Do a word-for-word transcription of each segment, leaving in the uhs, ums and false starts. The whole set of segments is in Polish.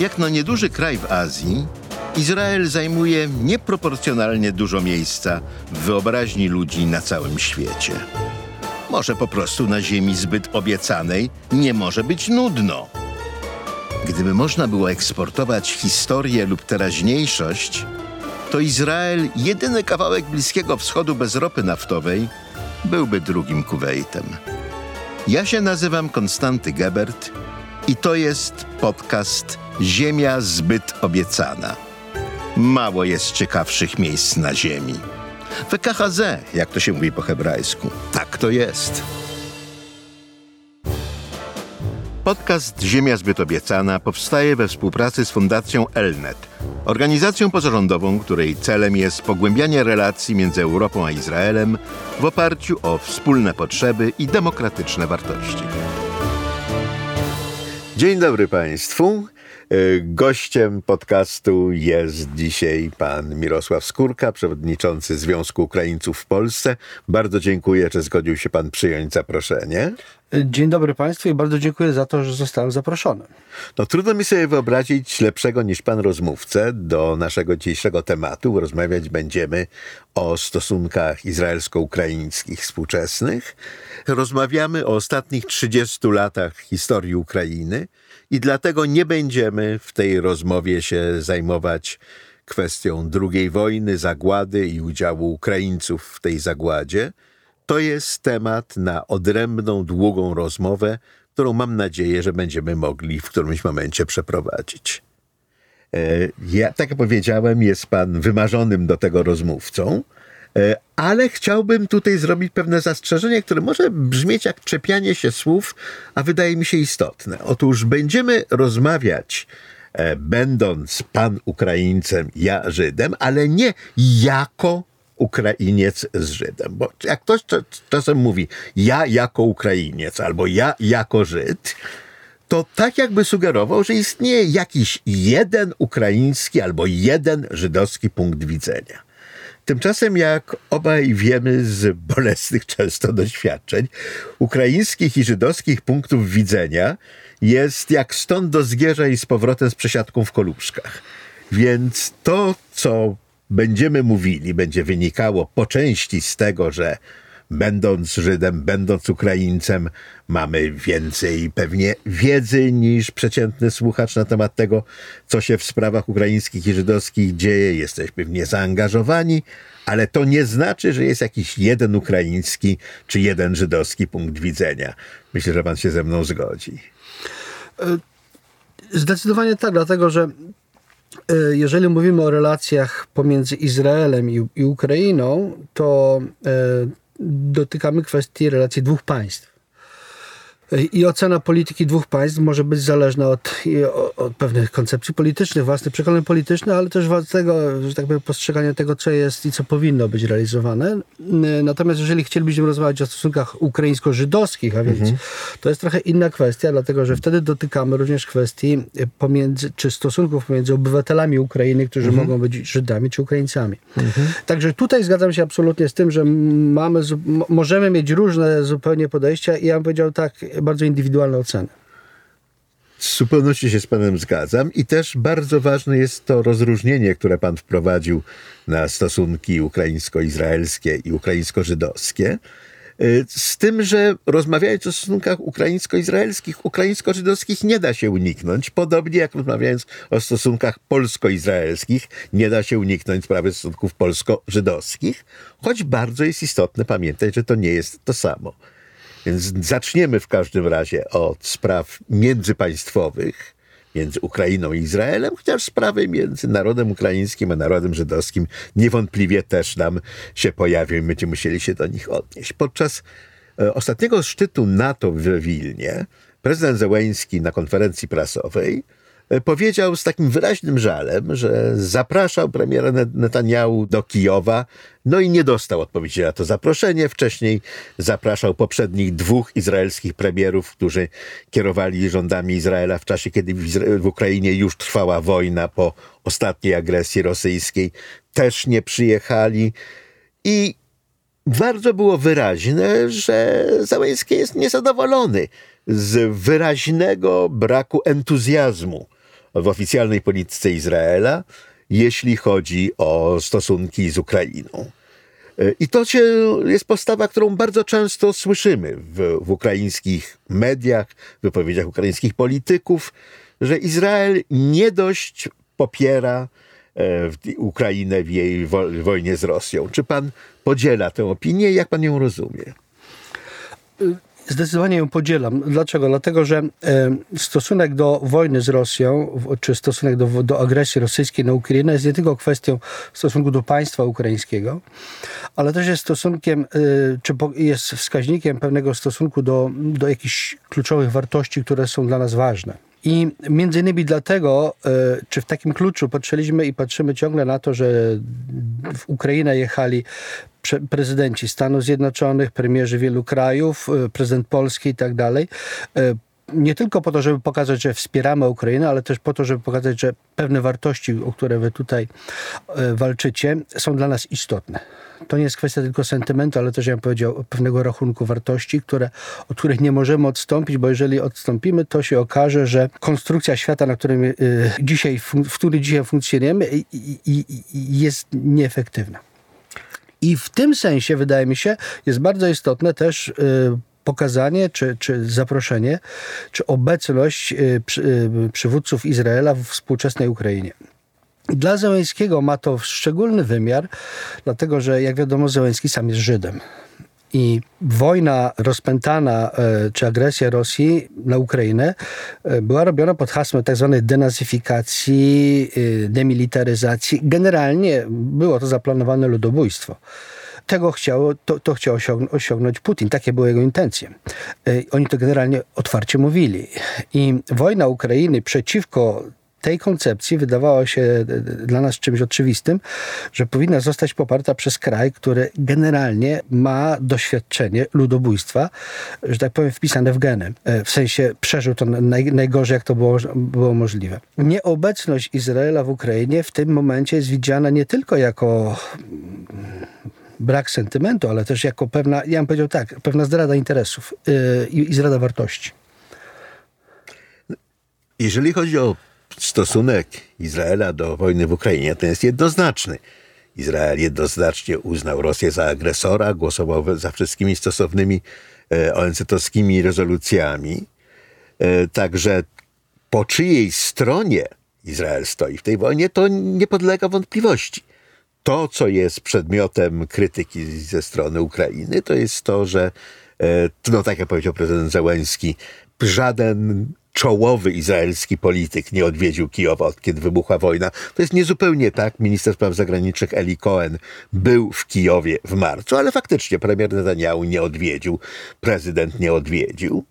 Jak na nieduży kraj w Azji, Izrael zajmuje nieproporcjonalnie dużo miejsca w wyobraźni ludzi na całym świecie. Może po prostu na ziemi zbyt obiecanej nie może być nudno. Gdyby można było eksportować historię lub teraźniejszość, to Izrael, jedyny kawałek Bliskiego Wschodu bez ropy naftowej, byłby drugim Kuwejtem. Ja się nazywam Konstanty Gebert i to jest podcast Ziemia zbyt obiecana. Mało jest ciekawszych miejsc na ziemi. W K H Z, jak to się mówi po hebrajsku. Tak to jest. Podcast Ziemia zbyt obiecana powstaje we współpracy z Fundacją Elnet, organizacją pozarządową, której celem jest pogłębianie relacji między Europą a Izraelem w oparciu o wspólne potrzeby i demokratyczne wartości. Dzień dobry Państwu. Gościem podcastu jest dzisiaj pan Mirosław Skórka, przewodniczący Związku Ukraińców w Polsce. Bardzo dziękuję, że zgodził się pan przyjąć zaproszenie. Dzień dobry Państwu i bardzo dziękuję za to, że zostałem zaproszony. No trudno mi sobie wyobrazić lepszego niż pan rozmówcę do naszego dzisiejszego tematu. Rozmawiać będziemy o stosunkach izraelsko-ukraińskich współczesnych. Rozmawiamy o ostatnich trzydziestu latach historii Ukrainy i dlatego nie będziemy w tej rozmowie się zajmować kwestią drugiej wojny, zagłady i udziału Ukraińców w tej zagładzie. To jest temat na odrębną, długą rozmowę, którą mam nadzieję, że będziemy mogli w którymś momencie przeprowadzić. Ja, tak jak powiedziałem, jest pan wymarzonym do tego rozmówcą, ale chciałbym tutaj zrobić pewne zastrzeżenie, które może brzmieć jak czepianie się słów, a wydaje mi się istotne. Otóż będziemy rozmawiać, będąc pan Ukraińcem, ja Żydem, ale nie jako Ukrainiec z Żydem. Bo jak ktoś czasem mówi ja jako Ukrainiec albo ja jako Żyd, to tak jakby sugerował, że istnieje jakiś jeden ukraiński albo jeden żydowski punkt widzenia. Tymczasem, jak obaj wiemy z bolesnych często doświadczeń, ukraińskich i żydowskich punktów widzenia jest jak stąd do Zgierza i z powrotem z przesiadką w Koluszkach. Więc to, co będziemy mówili, będzie wynikało po części z tego, że będąc Żydem, będąc Ukraińcem, mamy więcej pewnie wiedzy niż przeciętny słuchacz na temat tego, co się w sprawach ukraińskich i żydowskich dzieje. Jesteśmy w nie zaangażowani, ale to nie znaczy, że jest jakiś jeden ukraiński czy jeden żydowski punkt widzenia. Myślę, że pan się ze mną zgodzi. Zdecydowanie tak, dlatego że jeżeli mówimy o relacjach pomiędzy Izraelem i, i Ukrainą, to e, dotykamy kwestii relacji dwóch państw. I ocena polityki dwóch państw może być zależna od, od pewnych koncepcji politycznych, własnych przekonań politycznych, ale też od tego, że tak powiem, postrzegania tego, co jest i co powinno być realizowane. Natomiast jeżeli chcielibyśmy rozmawiać o stosunkach ukraińsko-żydowskich, a więc mhm. to jest trochę inna kwestia, dlatego że wtedy dotykamy również kwestii pomiędzy, czy stosunków pomiędzy obywatelami Ukrainy, którzy mhm. mogą być Żydami czy Ukraińcami. Mhm. Także tutaj zgadzam się absolutnie z tym, że mamy, możemy mieć różne zupełnie podejścia i ja bym powiedział tak, bardzo indywidualne oceny. Z zupełności się z panem zgadzam i też bardzo ważne jest to rozróżnienie, które pan wprowadził na stosunki ukraińsko-izraelskie i ukraińsko-żydowskie. Z tym, że rozmawiając o stosunkach ukraińsko-izraelskich, ukraińsko-żydowskich nie da się uniknąć, podobnie jak rozmawiając o stosunkach polsko-izraelskich nie da się uniknąć sprawy stosunków polsko-żydowskich, choć bardzo jest istotne pamiętać, że to nie jest to samo. Więc zaczniemy w każdym razie od spraw międzypaństwowych między Ukrainą i Izraelem, chociaż sprawy między narodem ukraińskim a narodem żydowskim niewątpliwie też nam się pojawią i będziemy musieli się do nich odnieść. Podczas e, ostatniego szczytu NATO w Wilnie prezydent Zełenski na konferencji prasowej powiedział z takim wyraźnym żalem, że zapraszał premiera Netanjahu do Kijowa, no i nie dostał odpowiedzi na to zaproszenie. Wcześniej zapraszał poprzednich dwóch izraelskich premierów, którzy kierowali rządami Izraela w czasie, kiedy w, Izra- w Ukrainie już trwała wojna po ostatniej agresji rosyjskiej. Też nie przyjechali i bardzo było wyraźne, że Zełenski jest niezadowolony z wyraźnego braku entuzjazmu w oficjalnej polityce Izraela, jeśli chodzi o stosunki z Ukrainą. I to się, jest postawa, którą bardzo często słyszymy w, w ukraińskich mediach, w wypowiedziach ukraińskich polityków, że Izrael nie dość popiera Ukrainę w jej wojnie z Rosją. Czy pan podziela tę opinię i jak pan ją rozumie? Zdecydowanie ją podzielam. Dlaczego? Dlatego, że stosunek do wojny z Rosją, czy stosunek do, do agresji rosyjskiej na Ukrainę jest nie tylko kwestią stosunku do państwa ukraińskiego, ale też jest stosunkiem, czy jest wskaźnikiem pewnego stosunku do, do jakichś kluczowych wartości, które są dla nas ważne. I między innymi dlatego, czy w takim kluczu patrzyliśmy i patrzymy ciągle na to, że w Ukrainę jechali prezydenci Stanów Zjednoczonych, premierzy wielu krajów, prezydent Polski i tak dalej. Nie tylko po to, żeby pokazać, że wspieramy Ukrainę, ale też po to, żeby pokazać, że pewne wartości, o które wy tutaj walczycie, są dla nas istotne. To nie jest kwestia tylko sentymentu, ale też, jak powiedział, pewnego rachunku wartości, które, od których nie możemy odstąpić, bo jeżeli odstąpimy, to się okaże, że konstrukcja świata, na którym y, dzisiaj, w którym dzisiaj funkcjonujemy, y, y, y, jest nieefektywna. I w tym sensie, wydaje mi się, jest bardzo istotne też y, pokazanie, czy, czy zaproszenie, czy obecność y, przy, y, przywódców Izraela w współczesnej Ukrainie. Dla Zełenskiego ma to szczególny wymiar, dlatego że, jak wiadomo, Zełenski sam jest Żydem. I wojna rozpętana, czy agresja Rosji na Ukrainę była robiona pod hasłem tak zwanej denazyfikacji, demilitaryzacji. Generalnie było to zaplanowane ludobójstwo. Tego chciało, to, to chciał osiągnąć Putin. Takie były jego intencje. Oni to generalnie otwarcie mówili. I wojna Ukrainy przeciwko tej koncepcji wydawała się dla nas czymś oczywistym, że powinna zostać poparta przez kraj, który generalnie ma doświadczenie ludobójstwa, że tak powiem, wpisane w geny. W sensie przeżył to naj, najgorzej, jak to było, było możliwe. Nieobecność Izraela w Ukrainie w tym momencie jest widziana nie tylko jako brak sentymentu, ale też jako pewna, ja bym powiedział tak, pewna zdrada interesów yy, i zdrada wartości. Jeżeli chodzi o stosunek Izraela do wojny w Ukrainie, to jest jednoznaczny. Izrael jednoznacznie uznał Rosję za agresora, głosował za wszystkimi stosownymi O N Z-owskimi rezolucjami. Także po czyjej stronie Izrael stoi w tej wojnie, to nie podlega wątpliwości. To, co jest przedmiotem krytyki ze strony Ukrainy, to jest to, że, no tak jak powiedział prezydent Zełenski, żaden czołowy izraelski polityk nie odwiedził Kijowa, od kiedy wybuchła wojna. To jest niezupełnie tak. Minister spraw zagranicznych Eli Cohen był w Kijowie w marcu, ale faktycznie premier Netanyahu nie odwiedził, prezydent nie odwiedził.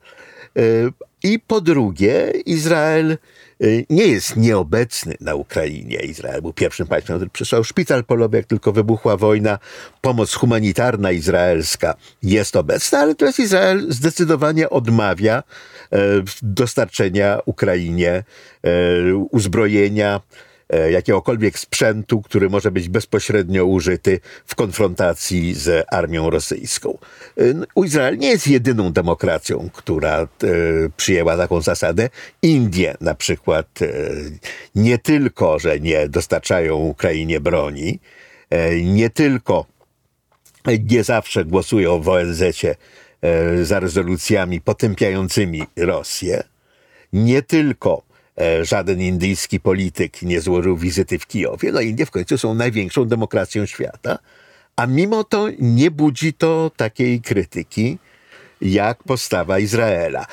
I po drugie, Izrael nie jest nieobecny na Ukrainie. Izrael był pierwszym państwem, który przysłał szpital polowy, jak tylko wybuchła wojna. Pomoc humanitarna izraelska jest obecna, ale teraz Izrael zdecydowanie odmawia dostarczenia Ukrainie uzbrojenia, jakiegokolwiek sprzętu, który może być bezpośrednio użyty w konfrontacji z armią rosyjską. Izrael nie jest jedyną demokracją, która przyjęła taką zasadę. Indie na przykład nie tylko, że nie dostarczają Ukrainie broni, nie tylko nie zawsze głosują w O N Z-cie za rezolucjami potępiającymi Rosję, nie tylko żaden indyjski polityk nie złożył wizyty w Kijowie. No Indie w końcu są największą demokracją świata, a mimo to nie budzi to takiej krytyki jak postawa Izraela.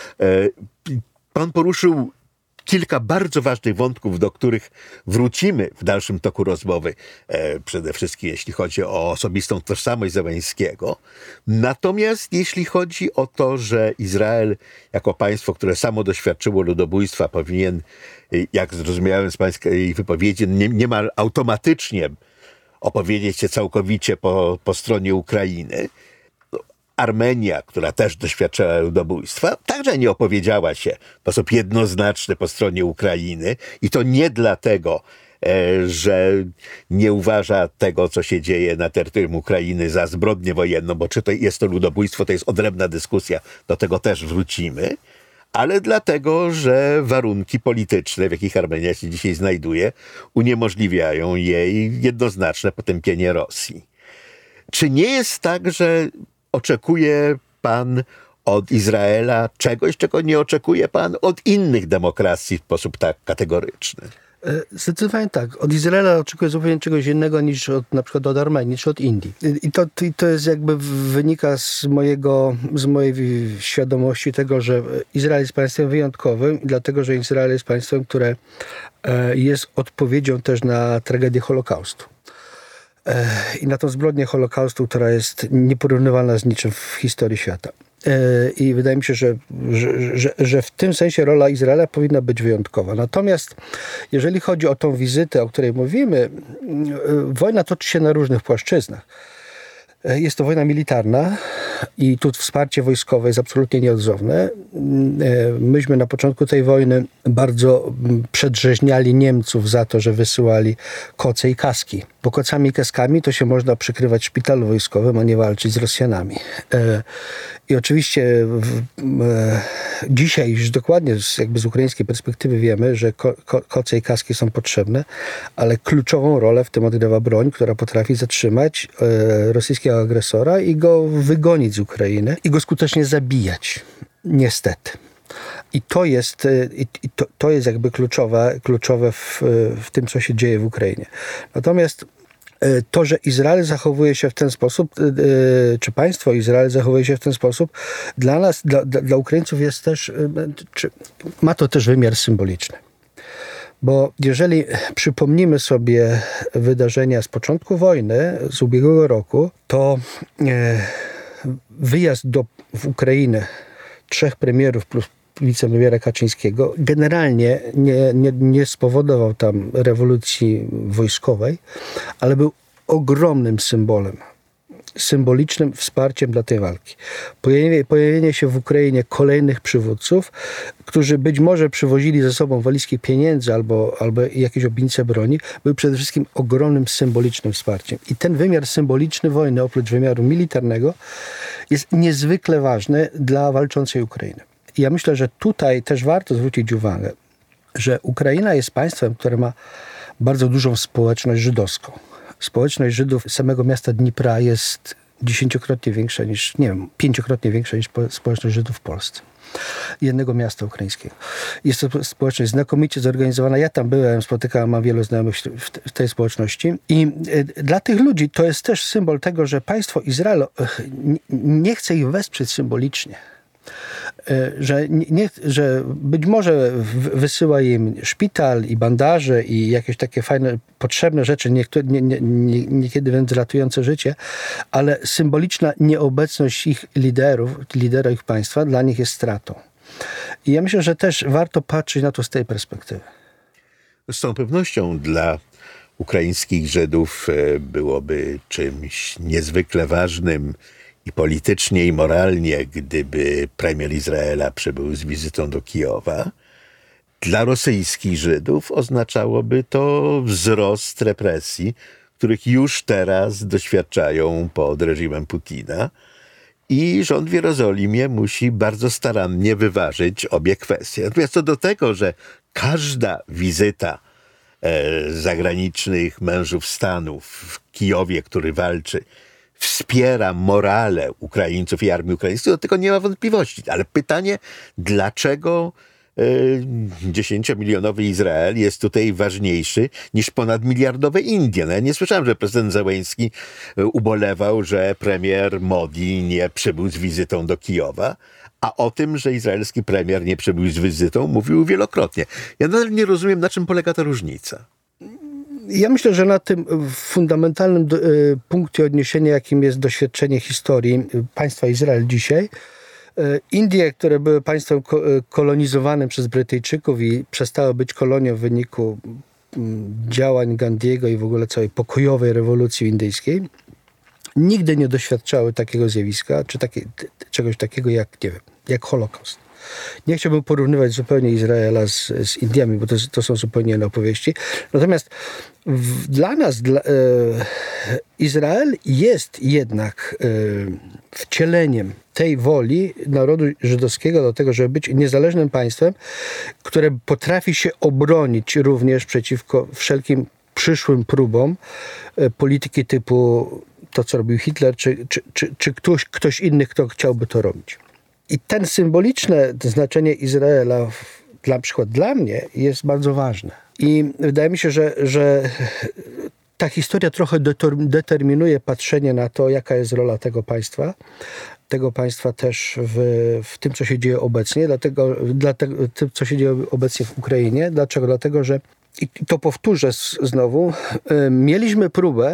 Pan poruszył kilka bardzo ważnych wątków, do których wrócimy w dalszym toku rozmowy, e, przede wszystkim jeśli chodzi o osobistą tożsamość Zełenskiego. Natomiast jeśli chodzi o to, że Izrael jako państwo, które samo doświadczyło ludobójstwa, powinien, jak zrozumiałem z pańskiej wypowiedzi, nie, niemal automatycznie opowiedzieć się całkowicie po, po stronie Ukrainy. Armenia, która też doświadczała ludobójstwa, także nie opowiedziała się w sposób jednoznaczny po stronie Ukrainy i to nie dlatego, że nie uważa tego, co się dzieje na terytorium Ukrainy za zbrodnię wojenną, bo czy to jest to ludobójstwo, to jest odrębna dyskusja, do tego też wrócimy, ale dlatego, że warunki polityczne, w jakich Armenia się dzisiaj znajduje, uniemożliwiają jej jednoznaczne potępienie Rosji. Czy nie jest tak, że oczekuje pan od Izraela czegoś, czego nie oczekuje pan od innych demokracji w sposób tak kategoryczny? Zdecydowanie tak. Od Izraela oczekuję zupełnie czegoś innego niż od, na przykład od Armenii, czy od Indii. I to, i to jest jakby wynika z mojego, z mojej świadomości tego, że Izrael jest państwem wyjątkowym i dlatego, że Izrael jest państwem, które jest odpowiedzią też na tragedię Holokaustu. I na tą zbrodnię Holokaustu, która jest nieporównywalna z niczym w historii świata. I wydaje mi się, że, że, że, że w tym sensie rola Izraela powinna być wyjątkowa. Natomiast jeżeli chodzi o tą wizytę, o której mówimy, wojna toczy się na różnych płaszczyznach. Jest to wojna militarna i tu wsparcie wojskowe jest absolutnie nieodzowne. Myśmy na początku tej wojny bardzo przedrzeźniali Niemców za to, że wysyłali koce i kaski. Bo kocami i kaskami to się można przykrywać w szpitalu wojskowym, a nie walczyć z Rosjanami. I oczywiście w, e, dzisiaj już dokładnie z, jakby z ukraińskiej perspektywy wiemy, że ko, ko, koce i kaski są potrzebne, ale kluczową rolę w tym odgrywa broń, która potrafi zatrzymać e, rosyjskiego agresora i go wygonić z Ukrainy i go skutecznie zabijać. Niestety. I to jest, i to, to jest jakby kluczowe, kluczowe w, w tym, co się dzieje w Ukrainie. Natomiast to, że Izrael zachowuje się w ten sposób, czy państwo Izrael zachowuje się w ten sposób, dla nas, dla, dla Ukraińców jest też, czy, ma to też wymiar symboliczny. Bo jeżeli przypomnimy sobie wydarzenia z początku wojny, z ubiegłego roku, to wyjazd do, w Ukrainę trzech premierów plus wicepremiera Kaczyńskiego generalnie nie, nie, nie spowodował tam rewolucji wojskowej, ale był ogromnym symbolem, symbolicznym wsparciem dla tej walki. Pojawienie, pojawienie się w Ukrainie kolejnych przywódców, którzy być może przywozili ze sobą walizki pieniędzy albo, albo jakieś obietnice broni, był przede wszystkim ogromnym symbolicznym wsparciem. I ten wymiar symboliczny wojny, oprócz wymiaru militarnego, jest niezwykle ważny dla walczącej Ukrainy. I ja myślę, że tutaj też warto zwrócić uwagę, że Ukraina jest państwem, które ma bardzo dużą społeczność żydowską. Społeczność Żydów samego miasta Dnipra jest dziesięciokrotnie większa niż, nie wiem, pięciokrotnie większa niż społeczność Żydów w Polsce. Jednego miasta ukraińskiego. Jest to społeczność znakomicie zorganizowana. Ja tam byłem, spotykałem, mam wielu znajomych w tej społeczności. I dla tych ludzi to jest też symbol tego, że państwo Izrael nie chce ich wesprzeć symbolicznie. Że, nie, że być może wysyła im szpital i bandaże i jakieś takie fajne, potrzebne rzeczy, niektó- nie, nie, nie, niekiedy wręcz ratujące życie, ale symboliczna nieobecność ich liderów, lidera ich państwa dla nich jest stratą. I ja myślę, że też warto patrzeć na to z tej perspektywy. Z tą pewnością dla ukraińskich Żydów byłoby czymś niezwykle ważnym i politycznie, i moralnie, gdyby premier Izraela przybył z wizytą do Kijowa. Dla rosyjskich Żydów oznaczałoby to wzrost represji, których już teraz doświadczają pod reżimem Putina. I rząd w Jerozolimie musi bardzo starannie wyważyć obie kwestie. Natomiast co do tego, że każda wizyta e, zagranicznych mężów stanu w Kijowie, który walczy, wspiera morale Ukraińców i armii ukraińskiej, do tego nie ma wątpliwości. Ale pytanie, dlaczego dziesięciomilionowy Izrael jest tutaj ważniejszy niż ponadmiliardowe Indie? No ja nie słyszałem, że prezydent Zełenski ubolewał, że premier Modi nie przybył z wizytą do Kijowa, a o tym, że izraelski premier nie przybył z wizytą, mówił wielokrotnie. Ja nadal nie rozumiem, na czym polega ta różnica. Ja myślę, że na tym fundamentalnym punkcie odniesienia, jakim jest doświadczenie historii państwa Izrael dzisiaj, Indie, które były państwem kolonizowanym przez Brytyjczyków i przestały być kolonią w wyniku działań Gandhiego i w ogóle całej pokojowej rewolucji indyjskiej, nigdy nie doświadczały takiego zjawiska, czy takie, czegoś takiego jak, nie wiem, jak Holokaust. Nie chciałbym porównywać zupełnie Izraela z, z Indiami, bo to, to są zupełnie inne opowieści. Natomiast w, dla nas dla, e, Izrael jest jednak e, wcieleniem tej woli narodu żydowskiego do tego, żeby być niezależnym państwem, które potrafi się obronić również przeciwko wszelkim przyszłym próbom e, polityki typu to, co robił Hitler, czy, czy, czy, czy ktoś, ktoś inny, kto chciałby to robić. I ten symboliczne znaczenie Izraela, w, na przykład dla mnie, jest bardzo ważne. I wydaje mi się, że, że ta historia trochę determinuje patrzenie na to, jaka jest rola tego państwa. Tego państwa też w, w tym, co się dzieje obecnie, dlatego, dlatego, tym, co się dzieje obecnie w Ukrainie. Dlaczego? Dlatego, że, i to powtórzę znowu, mieliśmy próbę,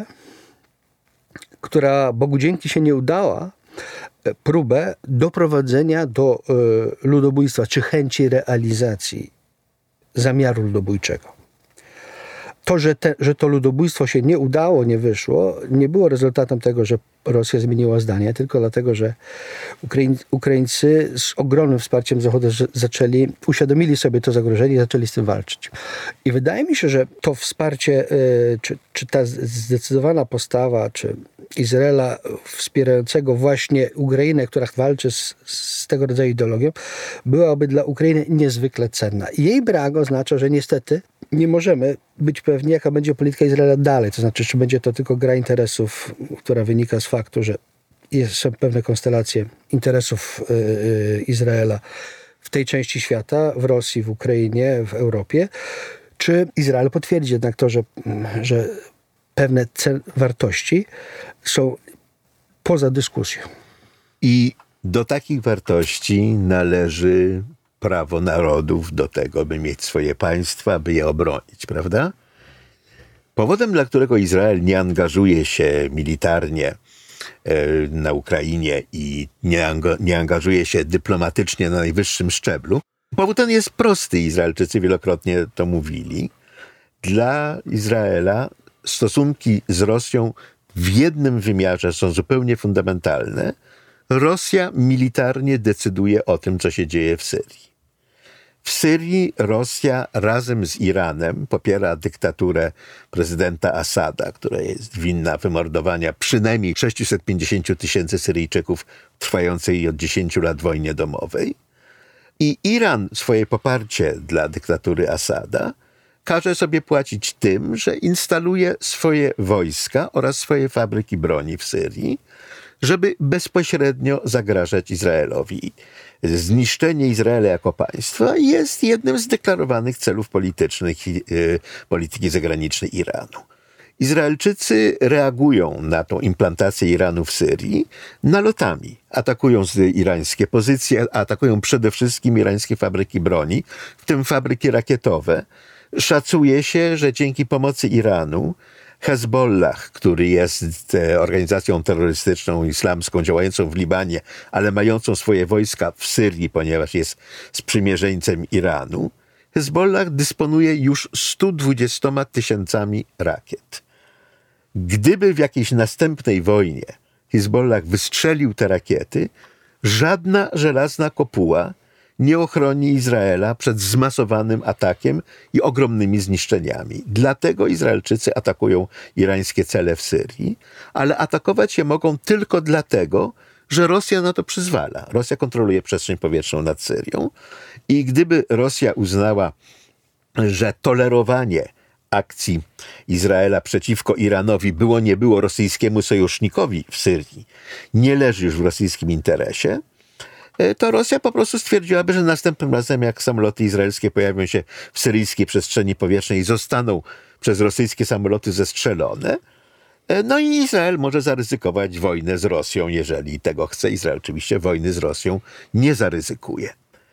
która Bogu dzięki się nie udała, próbę doprowadzenia do y, ludobójstwa, czy chęci realizacji zamiaru ludobójczego. To, że, te, że to ludobójstwo się nie udało, nie wyszło, nie było rezultatem tego, że Rosja zmieniła zdanie, tylko dlatego, że Ukraiń, Ukraińcy z ogromnym wsparciem Zachodu zaczęli, uświadomili sobie to zagrożenie i zaczęli z tym walczyć. I wydaje mi się, że to wsparcie, y, czy, czy ta zdecydowana postawa, czy Izraela wspierającego właśnie Ukrainę, która walczy z, z tego rodzaju ideologią, byłaby dla Ukrainy niezwykle cenna. Jej brak oznacza, że niestety nie możemy być pewni, jaka będzie polityka Izraela dalej. To znaczy, czy będzie to tylko gra interesów, która wynika z faktu, że są pewne konstelacje interesów yy, Izraela w tej części świata, w Rosji, w Ukrainie, w Europie, czy Izrael potwierdzi jednak to, że, że pewne cel, wartości są poza dyskusją. I do takich wartości należy prawo narodów do tego, by mieć swoje państwa, by je obronić, prawda? Powodem, dla którego Izrael nie angażuje się militarnie na Ukrainie i nie, anga- nie angażuje się dyplomatycznie na najwyższym szczeblu, powód ten jest prosty. Izraelczycy wielokrotnie to mówili. Dla Izraela stosunki z Rosją w jednym wymiarze są zupełnie fundamentalne. Rosja militarnie decyduje o tym, co się dzieje w Syrii. W Syrii Rosja razem z Iranem popiera dyktaturę prezydenta Asada, która jest winna wymordowania przynajmniej sześciuset pięćdziesięciu tysięcy Syryjczyków w trwającej od dziesięciu lat wojnie domowej. I Iran swoje poparcie dla dyktatury Asada każe sobie płacić tym, że instaluje swoje wojska oraz swoje fabryki broni w Syrii, żeby bezpośrednio zagrażać Izraelowi. Zniszczenie Izraela jako państwa jest jednym z deklarowanych celów politycznych yy, polityki zagranicznej Iranu. Izraelczycy reagują na tą implantację Iranu w Syrii nalotami. Atakują irańskie pozycje, atakują przede wszystkim irańskie fabryki broni, w tym fabryki rakietowe. Szacuje się, że dzięki pomocy Iranu Hezbollah, który jest organizacją terrorystyczną islamską działającą w Libanie, ale mającą swoje wojska w Syrii, ponieważ jest sprzymierzeńcem Iranu, Hezbollah dysponuje już stu dwudziestoma tysiącami rakiet. Gdyby w jakiejś następnej wojnie Hezbollah wystrzelił te rakiety, żadna żelazna kopuła nie ochroni Izraela przed zmasowanym atakiem i ogromnymi zniszczeniami. Dlatego Izraelczycy atakują irańskie cele w Syrii, ale atakować je mogą tylko dlatego, że Rosja na to przyzwala. Rosja kontroluje przestrzeń powietrzną nad Syrią i gdyby Rosja uznała, że tolerowanie akcji Izraela przeciwko Iranowi było nie było rosyjskiemu sojusznikowi w Syrii, nie leży już w rosyjskim interesie, to Rosja po prostu stwierdziłaby, że następnym razem, jak samoloty izraelskie pojawią się w syryjskiej przestrzeni powietrznej i zostaną przez rosyjskie samoloty zestrzelone, no i Izrael może zaryzykować wojnę z Rosją, jeżeli tego chce. Izrael oczywiście wojny z Rosją nie zaryzykuje.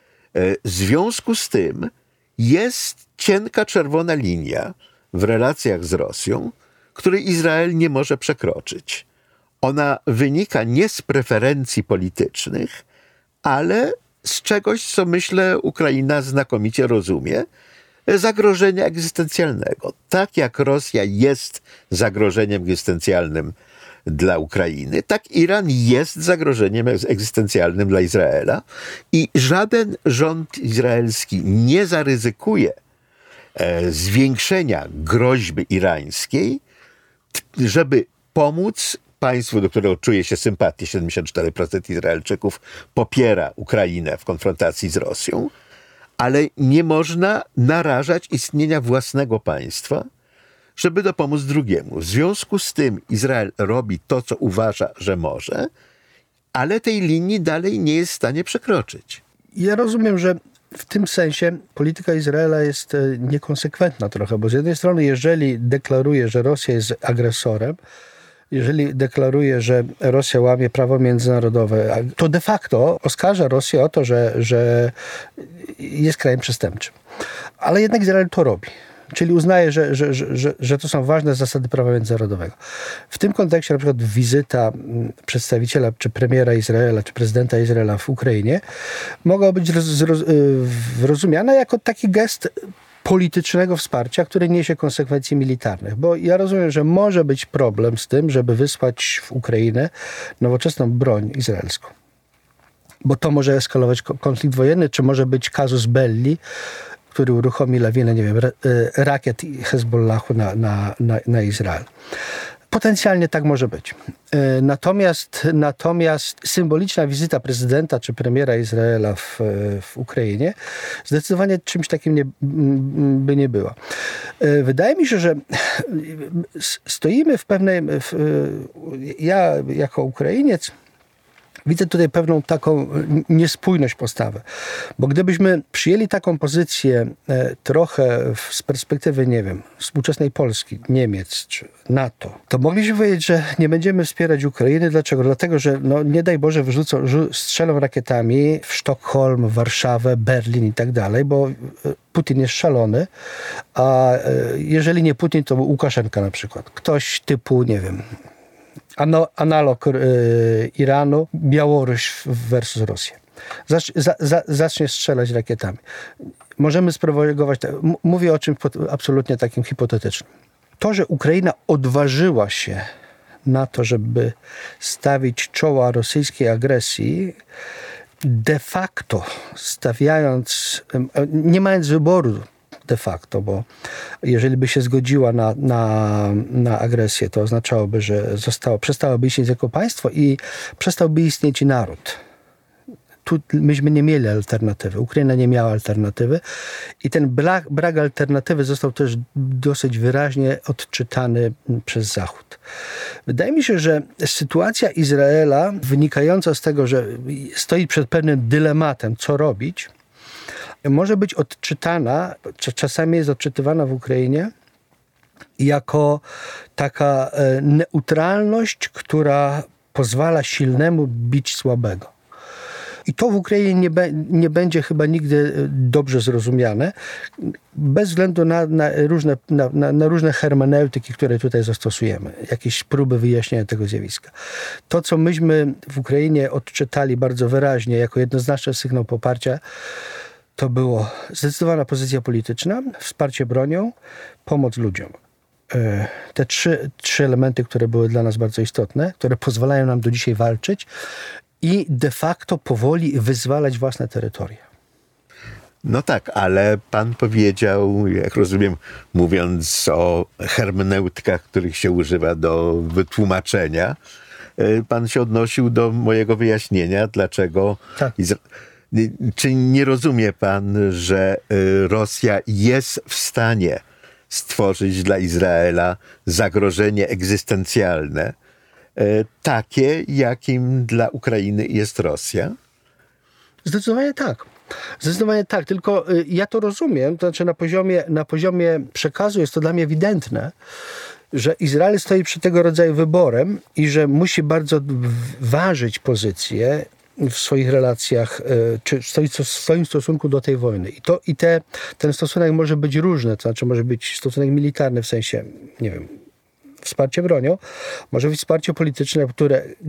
W związku z tym jest cienka czerwona linia w relacjach z Rosją, której Izrael nie może przekroczyć. Ona wynika nie z preferencji politycznych, ale z czegoś, co myślę Ukraina znakomicie rozumie, zagrożenia egzystencjalnego. Tak jak Rosja jest zagrożeniem egzystencjalnym dla Ukrainy, tak Iran jest zagrożeniem egzystencjalnym dla Izraela i żaden rząd izraelski nie zaryzykuje e, zwiększenia groźby irańskiej, t- żeby pomóc państwu, do którego czuje się sympatię. siedemdziesiąt cztery procent Izraelczyków popiera Ukrainę w konfrontacji z Rosją, ale nie można narażać istnienia własnego państwa, żeby dopomóc drugiemu. W związku z tym Izrael robi to, co uważa, że może, ale tej linii dalej nie jest w stanie przekroczyć. Ja rozumiem, że w tym sensie polityka Izraela jest niekonsekwentna trochę, bo z jednej strony, jeżeli deklaruje, że Rosja jest agresorem, jeżeli deklaruje, że Rosja łamie prawo międzynarodowe, to de facto oskarża Rosję o to, że, że jest krajem przestępczym. Ale jednak Izrael to robi. Czyli uznaje, że, że, że, że to są ważne zasady prawa międzynarodowego. W tym kontekście na przykład wizyta przedstawiciela, czy premiera Izraela, czy prezydenta Izraela w Ukrainie mogła być rozumiana jako taki gest politycznego wsparcia, które niesie konsekwencji militarnych. Bo ja rozumiem, że może być problem z tym, żeby wysłać w Ukrainę nowoczesną broń izraelską. Bo to może eskalować konflikt wojenny, czy może być casus belli, który uruchomi lawinę, nie wiem, rakiet Hezbollahu na, na, na, na Izrael. Potencjalnie tak może być. Natomiast, natomiast symboliczna wizyta prezydenta czy premiera Izraela w, w Ukrainie zdecydowanie czymś takim nie, by nie była. Wydaje mi się, że stoimy w pewnej... W, ja jako Ukrainiec widzę tutaj pewną taką niespójność postawy. Bo gdybyśmy przyjęli taką pozycję e, trochę w, z perspektywy, nie wiem, współczesnej Polski, Niemiec czy NATO, to mogliśmy powiedzieć, że nie będziemy wspierać Ukrainy. Dlaczego? Dlatego, że no, nie daj Boże wyrzucą, rzu- strzelą rakietami w Sztokholm, Warszawę, Berlin i tak dalej, bo Putin jest szalony, a e, jeżeli nie Putin, to Łukaszenka na przykład. Ktoś typu, nie wiem, Ano, analog y, Iranu, Białoruś versus Rosja. Zacz, za, za, zacznie strzelać rakietami. Możemy sprowokować, m- mówię o czymś absolutnie takim hipotetycznym. To, że Ukraina odważyła się na to, żeby stawić czoła rosyjskiej agresji, de facto stawiając, nie mając wyboru, de facto, bo jeżeli by się zgodziła na, na, na agresję, to oznaczałoby, że zostało, przestałoby istnieć jako państwo i przestałby istnieć naród. Tu myśmy nie mieli alternatywy. Ukraina nie miała alternatywy i ten brak, brak alternatywy został też dosyć wyraźnie odczytany przez Zachód. Wydaje mi się, że sytuacja Izraela wynikająca z tego, że stoi przed pewnym dylematem, co robić, może być odczytana, czasami jest odczytywana w Ukrainie jako taka neutralność, która pozwala silnemu bić słabego. I to w Ukrainie nie, be, nie będzie chyba nigdy dobrze zrozumiane, bez względu na, na, różne, na, na, na różne hermeneutyki, które tutaj zastosujemy, jakieś próby wyjaśnienia tego zjawiska. To, co myśmy w Ukrainie odczytali bardzo wyraźnie jako jednoznaczny sygnał poparcia, to było zdecydowana pozycja polityczna, wsparcie bronią, pomoc ludziom. Te trzy, trzy elementy, które były dla nas bardzo istotne, które pozwalają nam do dzisiaj walczyć i de facto powoli wyzwalać własne terytoria. No tak, ale pan powiedział, jak rozumiem, mówiąc o hermeneutykach, których się używa do wytłumaczenia, pan się odnosił do mojego wyjaśnienia, dlaczego... Tak. Izra- Czy nie rozumie pan, że Rosja jest w stanie stworzyć dla Izraela zagrożenie egzystencjalne, takie, jakim dla Ukrainy jest Rosja? Zdecydowanie tak. Zdecydowanie tak, tylko ja to rozumiem, to znaczy na poziomie, na poziomie przekazu jest to dla mnie ewidentne, że Izrael stoi przed tego rodzaju wyborem i że musi bardzo ważyć pozycję w swoich relacjach, czy w swoim stosunku do tej wojny. I, to, i te, ten stosunek może być różny, to znaczy może być stosunek militarny w sensie, nie wiem, wsparcie bronią, może być wsparcie polityczne, które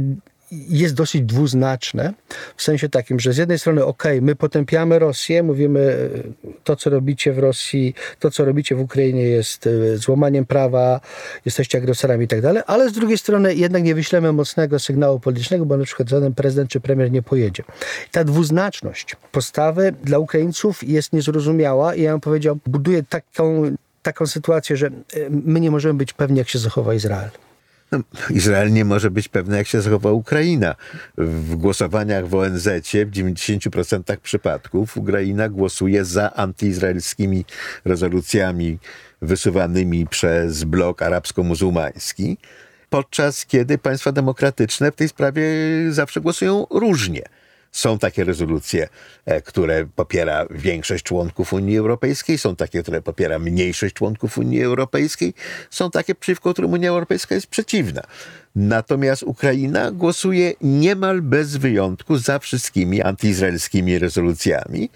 jest dosyć dwuznaczne, w sensie takim, że z jednej strony okej, my potępiamy Rosję, mówimy to, co robicie w Rosji, to, co robicie w Ukrainie jest złamaniem prawa, jesteście agresorami i tak dalej, ale z drugiej strony jednak nie wyślemy mocnego sygnału politycznego, bo na przykład żaden prezydent czy premier nie pojedzie. Ta dwuznaczność postawy dla Ukraińców jest niezrozumiała i ja bym powiedział, buduje taką, taką sytuację, że my nie możemy być pewni, jak się zachowa Izrael. No, Izrael nie może być pewny, jak się zachowa Ukraina. W głosowaniach w O N Z-cie w dziewięćdziesięciu procentach przypadków Ukraina głosuje za antyizraelskimi rezolucjami wysuwanymi przez blok arabsko-muzułmański, podczas kiedy państwa demokratyczne w tej sprawie zawsze głosują różnie. Są takie rezolucje, które popiera większość członków Unii Europejskiej, są takie, które popiera mniejszość członków Unii Europejskiej, są takie, przeciwko którym Unia Europejska jest przeciwna. Natomiast Ukraina głosuje niemal bez wyjątku za wszystkimi antyizraelskimi rezolucjami,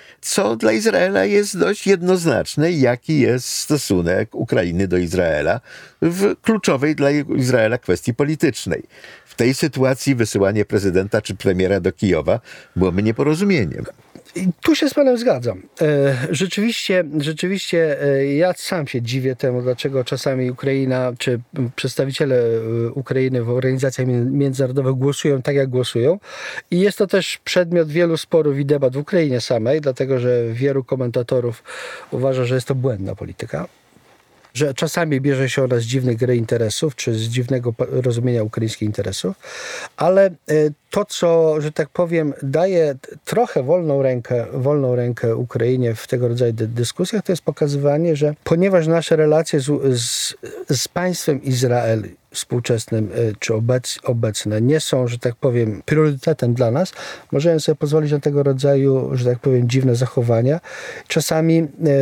co dla Izraela jest dość jednoznaczne, jaki jest stosunek Ukrainy do Izraela w kluczowej dla Izraela kwestii politycznej. W tej sytuacji wysyłanie prezydenta czy premiera do Kijowa byłoby nieporozumieniem. I tu się z panem zgadzam. E, rzeczywiście, rzeczywiście e, ja sam się dziwię temu, dlaczego czasami Ukraina, czy przedstawiciele Ukrainy w organizacjach międzynarodowych głosują tak, jak głosują. I jest to też przedmiot wielu sporów i debat w Ukrainie samej, dlatego że wielu komentatorów uważa, że jest to błędna polityka. Że czasami bierze się ona z dziwnych gry interesów, czy z dziwnego rozumienia ukraińskich interesów, ale to, co, że tak powiem, daje trochę wolną rękę, wolną rękę Ukrainie w tego rodzaju dyskusjach, to jest pokazywanie, że ponieważ nasze relacje z, z, z państwem Izrael współczesnym czy obec, obecne nie są, że tak powiem, priorytetem dla nas, możemy sobie pozwolić na tego rodzaju, że tak powiem, dziwne zachowania. Czasami,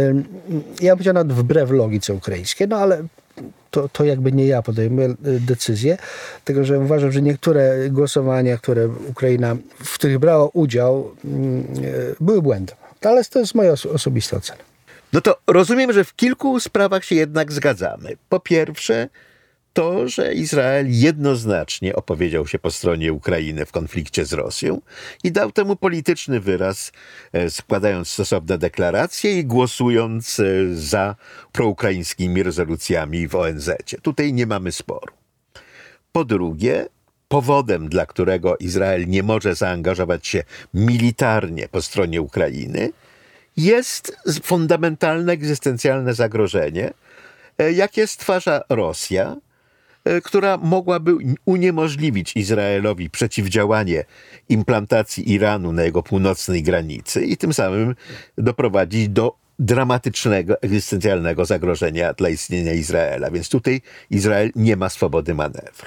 ja bym powiedział, nawet wbrew logice ukraińskiej, no ale to, to jakby nie ja podejmuję decyzję, tego, że uważam, że niektóre głosowania, które Ukraina, w których brała udział, były błędem. Ale to jest moja osobista ocena. No to rozumiem, że w kilku sprawach się jednak zgadzamy. Po pierwsze, to, że Izrael jednoznacznie opowiedział się po stronie Ukrainy w konflikcie z Rosją i dał temu polityczny wyraz, składając stosowne deklaracje i głosując za proukraińskimi rezolucjami w O N Z-cie. Tutaj nie mamy sporu. Po drugie, powodem, dla którego Izrael nie może zaangażować się militarnie po stronie Ukrainy, jest fundamentalne, egzystencjalne zagrożenie, jakie stwarza Rosja, która mogłaby uniemożliwić Izraelowi przeciwdziałanie implantacji Iranu na jego północnej granicy i tym samym doprowadzić do dramatycznego, egzystencjalnego zagrożenia dla istnienia Izraela. Więc tutaj Izrael nie ma swobody manewru.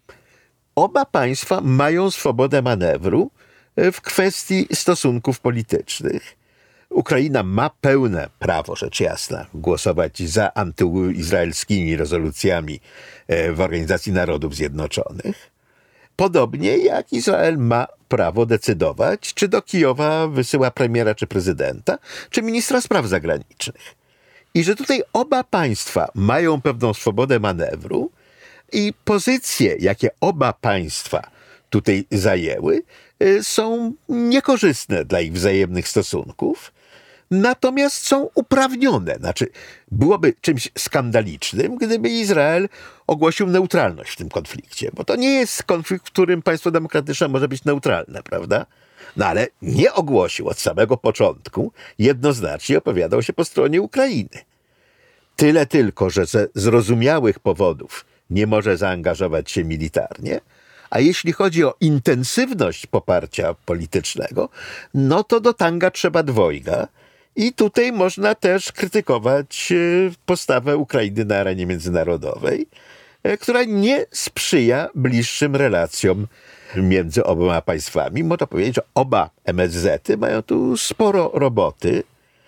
Oba państwa mają swobodę manewru w kwestii stosunków politycznych. Ukraina ma pełne prawo, rzecz jasna, głosować za antyizraelskimi rezolucjami w Organizacji Narodów Zjednoczonych. Podobnie jak Izrael ma prawo decydować, czy do Kijowa wysyła premiera czy prezydenta, czy ministra spraw zagranicznych. I że tutaj oba państwa mają pewną swobodę manewru i pozycje, jakie oba państwa tutaj zajęły, są niekorzystne dla ich wzajemnych stosunków, natomiast są uprawnione. Znaczy, byłoby czymś skandalicznym, gdyby Izrael ogłosił neutralność w tym konflikcie, bo to nie jest konflikt, w którym państwo demokratyczne może być neutralne, prawda? No ale nie ogłosił od samego początku, jednoznacznie opowiadał się po stronie Ukrainy. Tyle tylko, że ze zrozumiałych powodów nie może zaangażować się militarnie, a jeśli chodzi o intensywność poparcia politycznego, no to do tanga trzeba dwojga. I tutaj można też krytykować postawę Ukrainy na arenie międzynarodowej, która nie sprzyja bliższym relacjom między oboma państwami. Można powiedzieć, że oba M S Z-y mają tu sporo roboty,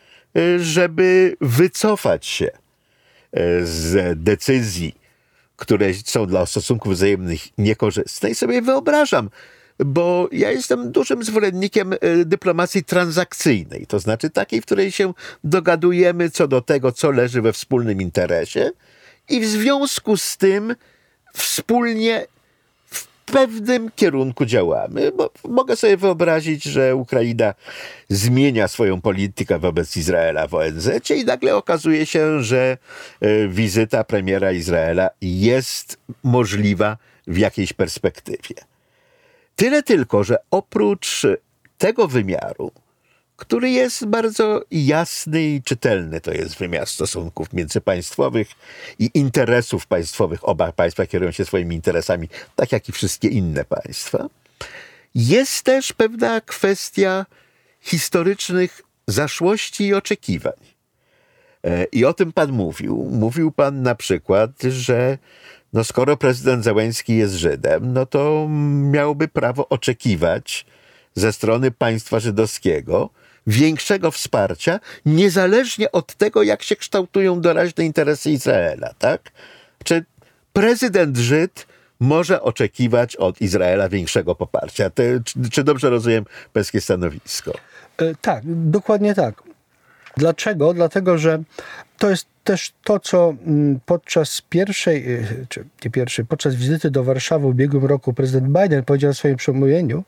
żeby wycofać się z decyzji, które są dla stosunków wzajemnych niekorzystne. I sobie wyobrażam, bo ja jestem dużym zwolennikiem dyplomacji transakcyjnej, to znaczy takiej, w której się dogadujemy co do tego, co leży we wspólnym interesie i w związku z tym wspólnie pewnym kierunku działamy. Bo mogę sobie wyobrazić, że Ukraina zmienia swoją politykę wobec Izraela w O N Z cie i nagle okazuje się, że wizyta premiera Izraela jest możliwa w jakiejś perspektywie. Tyle tylko, że oprócz tego wymiaru, który jest bardzo jasny i czytelny, to jest wymiar stosunków międzypaństwowych i interesów państwowych. Oba państwa kierują się swoimi interesami, tak jak i wszystkie inne państwa. Jest też pewna kwestia historycznych zaszłości i oczekiwań. I o tym pan mówił. Mówił pan na przykład, że no skoro prezydent Zełenski jest Żydem, no to miałby prawo oczekiwać ze strony państwa żydowskiego większego wsparcia, niezależnie od tego, jak się kształtują doraźne interesy Izraela, tak? Czy prezydent Żyd może oczekiwać od Izraela większego poparcia? Ty, czy, czy dobrze rozumiem pańskie stanowisko? E, tak, dokładnie tak. Dlaczego? Dlatego, że to jest też to, co podczas pierwszej, czy nie pierwszej, podczas wizyty do Warszawy w ubiegłym roku prezydent Biden powiedział w swoim przemówieniu,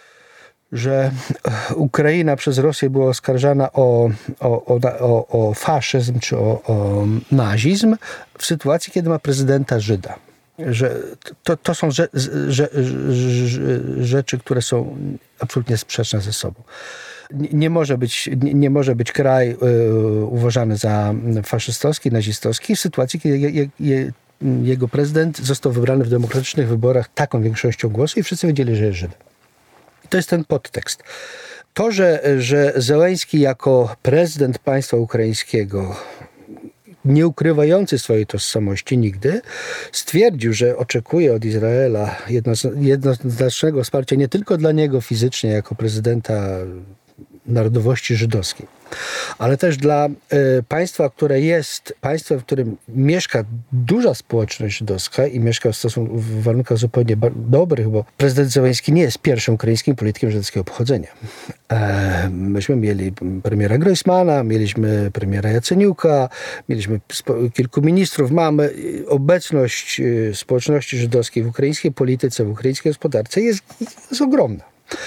że Ukraina przez Rosję była oskarżana o, o, o, o faszyzm czy o, o nazizm w sytuacji, kiedy ma prezydenta Żyda. Że to, to są rze, rze, rzeczy, które są absolutnie sprzeczne ze sobą. Nie, nie, może, być, nie, nie może być kraj y, uważany za faszystowski, nazistowski w sytuacji, kiedy je, je, je, jego prezydent został wybrany w demokratycznych wyborach taką większością głosów i wszyscy wiedzieli, że jest Żydem. I to jest ten podtekst. To, że, że Zełenski jako prezydent państwa ukraińskiego, nie ukrywający swojej tożsamości nigdy, stwierdził, że oczekuje od Izraela jednoznacznego wsparcia nie tylko dla niego fizycznie jako prezydenta narodowości żydowskiej, ale też dla y, państwa, które jest państwem, w którym mieszka duża społeczność żydowska i mieszka w, stosunku, w warunkach zupełnie dobrych, bo prezydent Zełenski nie jest pierwszym ukraińskim politykiem żydowskiego pochodzenia. E, myśmy mieli premiera Groismana, mieliśmy premiera Jaceniuka, mieliśmy spo, kilku ministrów. Mamy obecność y, społeczności żydowskiej w ukraińskiej polityce, w ukraińskiej gospodarce jest, jest ogromna.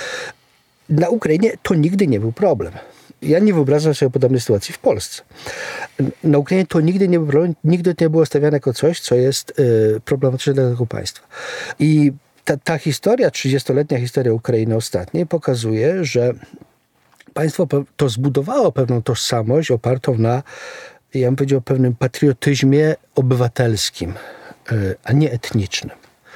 Na Ukrainie to nigdy nie był problem. Ja nie wyobrażam sobie podobnej sytuacji w Polsce. Na Ukrainie to nigdy nie, było, nigdy nie było stawiane jako coś, co jest y, problematyczne dla tego państwa. I ta, ta historia, trzydziestoletnia historia Ukrainy ostatniej pokazuje, że państwo to zbudowało pewną tożsamość opartą na, ja bym powiedział, pewnym patriotyzmie obywatelskim, y, a nie etnicznym.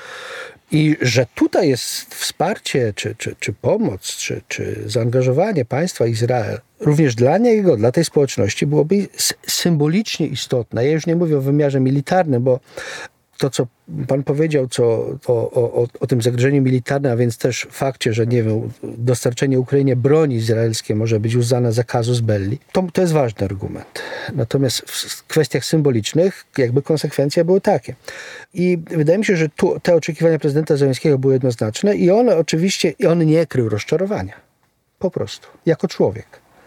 I że tutaj jest wsparcie, czy, czy, czy pomoc, czy, czy zaangażowanie państwa Izrael, również dla niego, dla tej społeczności byłoby symbolicznie istotne. Ja już nie mówię o wymiarze militarnym, bo to, co pan powiedział co, o, o, o tym zagrożeniu militarnym, a więc też fakcie, że nie wiem, dostarczenie Ukrainie broni izraelskiej może być uznane za casus belli, to, to jest ważny argument. Natomiast w kwestiach symbolicznych jakby konsekwencje były takie. I wydaje mi się, że tu te oczekiwania prezydenta Zełenskiego były jednoznaczne i on oczywiście, i on nie krył rozczarowania. Po prostu. Jako człowiek.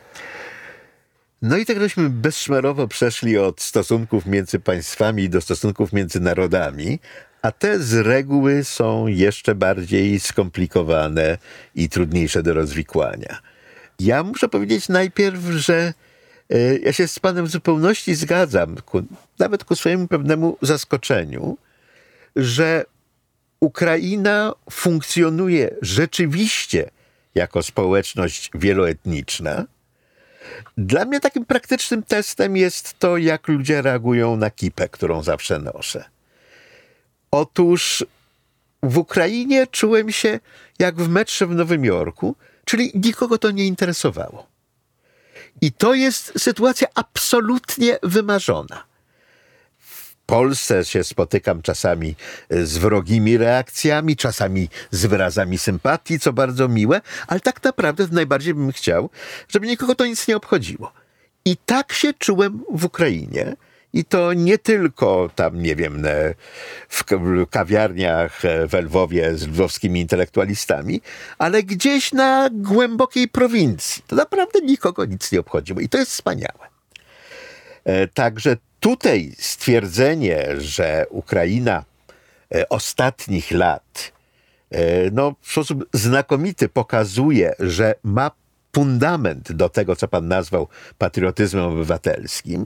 No i tak żeśmy bezszmerowo przeszli od stosunków między państwami do stosunków między narodami, a te z reguły są jeszcze bardziej skomplikowane i trudniejsze do rozwikłania. Ja muszę powiedzieć najpierw, że y, ja się z panem w zupełności zgadzam, ku, nawet ku swojemu pewnemu zaskoczeniu, że Ukraina funkcjonuje rzeczywiście jako społeczność wieloetniczna. Dla mnie takim praktycznym testem jest to, jak ludzie reagują na kipę, którą zawsze noszę. Otóż w Ukrainie czułem się jak w metrze w Nowym Jorku, czyli nikogo to nie interesowało. I to jest sytuacja absolutnie wymarzona. W Polsce się spotykam czasami z wrogimi reakcjami, czasami z wyrazami sympatii, co bardzo miłe, ale tak naprawdę najbardziej bym chciał, żeby nikogo to nic nie obchodziło. I tak się czułem w Ukrainie. I to nie tylko tam, nie wiem, w kawiarniach w Lwowie z lwowskimi intelektualistami, ale gdzieś na głębokiej prowincji. To naprawdę nikogo nic nie obchodziło. I to jest wspaniałe. Także tutaj stwierdzenie, że Ukraina ostatnich lat no, w sposób znakomity pokazuje, że ma fundament do tego, co pan nazwał patriotyzmem obywatelskim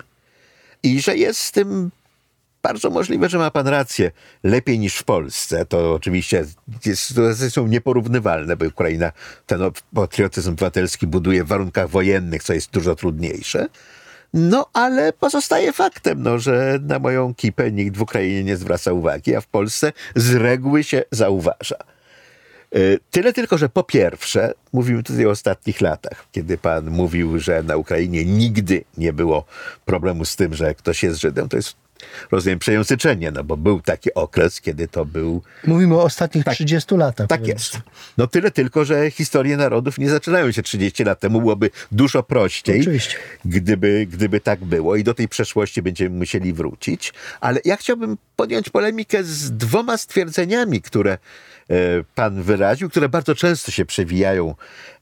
i że jest z tym bardzo możliwe, że ma pan rację, lepiej niż w Polsce. To oczywiście jest, sytuacje są nieporównywalne, bo Ukraina ten patriotyzm obywatelski buduje w warunkach wojennych, co jest dużo trudniejsze. No, ale pozostaje faktem, no, że na moją kipę nikt w Ukrainie nie zwraca uwagi, a w Polsce z reguły się zauważa. Tyle tylko, że po pierwsze, mówimy tutaj o ostatnich latach, kiedy pan mówił, że na Ukrainie nigdy nie było problemu z tym, że ktoś jest Żydem, to jest, rozumiem, przejęzyczenie, no bo był taki okres, kiedy to był... Mówimy o ostatnich tak, trzydziestu latach. Tak jest. No tyle tylko, że historie narodów nie zaczynają się trzydzieści lat temu. Byłoby dużo prościej, Oczywiście. Gdyby, gdyby tak było i do tej przeszłości będziemy musieli wrócić. Ale ja chciałbym podjąć polemikę z dwoma stwierdzeniami, które pan wyraził, które bardzo często się przewijają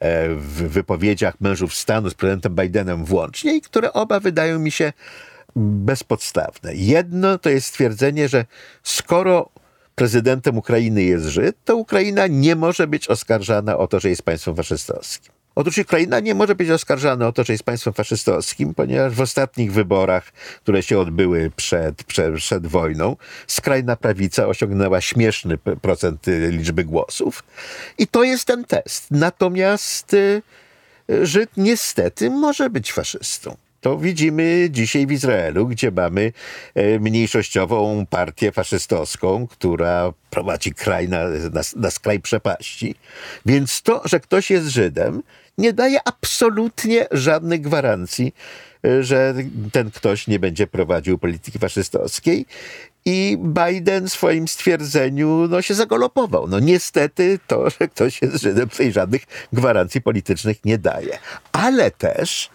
w wypowiedziach mężów stanu z prezydentem Bidenem włącznie i które oba wydają mi się bezpodstawne. Jedno to jest stwierdzenie, że skoro prezydentem Ukrainy jest Żyd, to Ukraina nie może być oskarżana o to, że jest państwem faszystowskim. Otóż Ukraina nie może być oskarżana o to, że jest państwem faszystowskim, ponieważ w ostatnich wyborach, które się odbyły przed, przed, przed wojną, skrajna prawica osiągnęła śmieszny procent liczby głosów. I to jest ten test. Natomiast Żyd niestety może być faszystą. To widzimy dzisiaj w Izraelu, gdzie mamy mniejszościową partię faszystowską, która prowadzi kraj na, na, na skraj przepaści. Więc to, że ktoś jest Żydem, nie daje absolutnie żadnych gwarancji, że ten ktoś nie będzie prowadził polityki faszystowskiej. I Biden w swoim stwierdzeniu no, się zagalopował. No niestety to, że ktoś jest Żydem, tutaj żadnych gwarancji politycznych nie daje. Ale też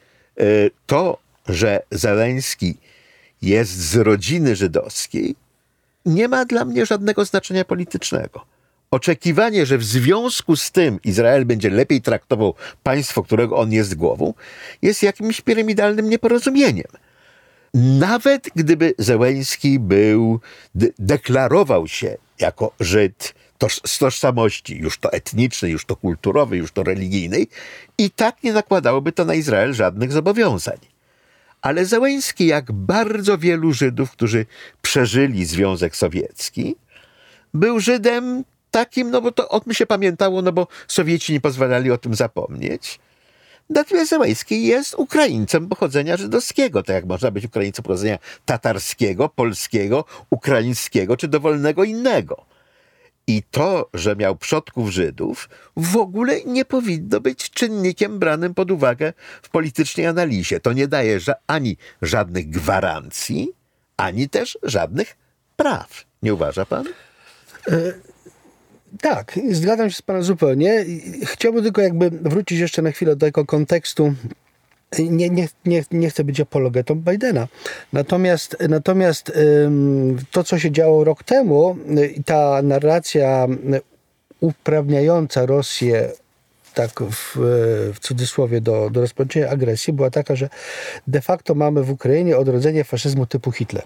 to, że Zełenski jest z rodziny żydowskiej, nie ma dla mnie żadnego znaczenia politycznego. Oczekiwanie, że w związku z tym Izrael będzie lepiej traktował państwo, którego on jest głową, jest jakimś piramidalnym nieporozumieniem. Nawet gdyby Zełenski był, de- deklarował się jako Żyd toż, z tożsamości już to etnicznej, już to kulturowej, już to religijnej, i tak nie nakładałoby to na Izrael żadnych zobowiązań. Ale Zełenski, jak bardzo wielu Żydów, którzy przeżyli Związek Sowiecki, był Żydem takim, no bo to o tym się pamiętało, no bo Sowieci nie pozwalali o tym zapomnieć. Natomiast Zełenski jest Ukraińcem pochodzenia żydowskiego, tak jak można być Ukraińcem pochodzenia tatarskiego, polskiego, ukraińskiego czy dowolnego innego. I to, że miał przodków Żydów, w ogóle nie powinno być czynnikiem branym pod uwagę w politycznej analizie. To nie daje ża- ani żadnych gwarancji, ani też żadnych praw. Nie uważa pan? E, tak, zgadzam się z panem zupełnie. Chciałbym tylko jakby wrócić jeszcze na chwilę do tego kontekstu. Nie, nie, nie, nie chcę być apologetą Bidena. Natomiast, natomiast to, co się działo rok temu, ta narracja uprawniająca Rosję tak w, w cudzysłowie do, do rozpoczęcia agresji była taka, że de facto mamy w Ukrainie odrodzenie faszyzmu typu Hitler.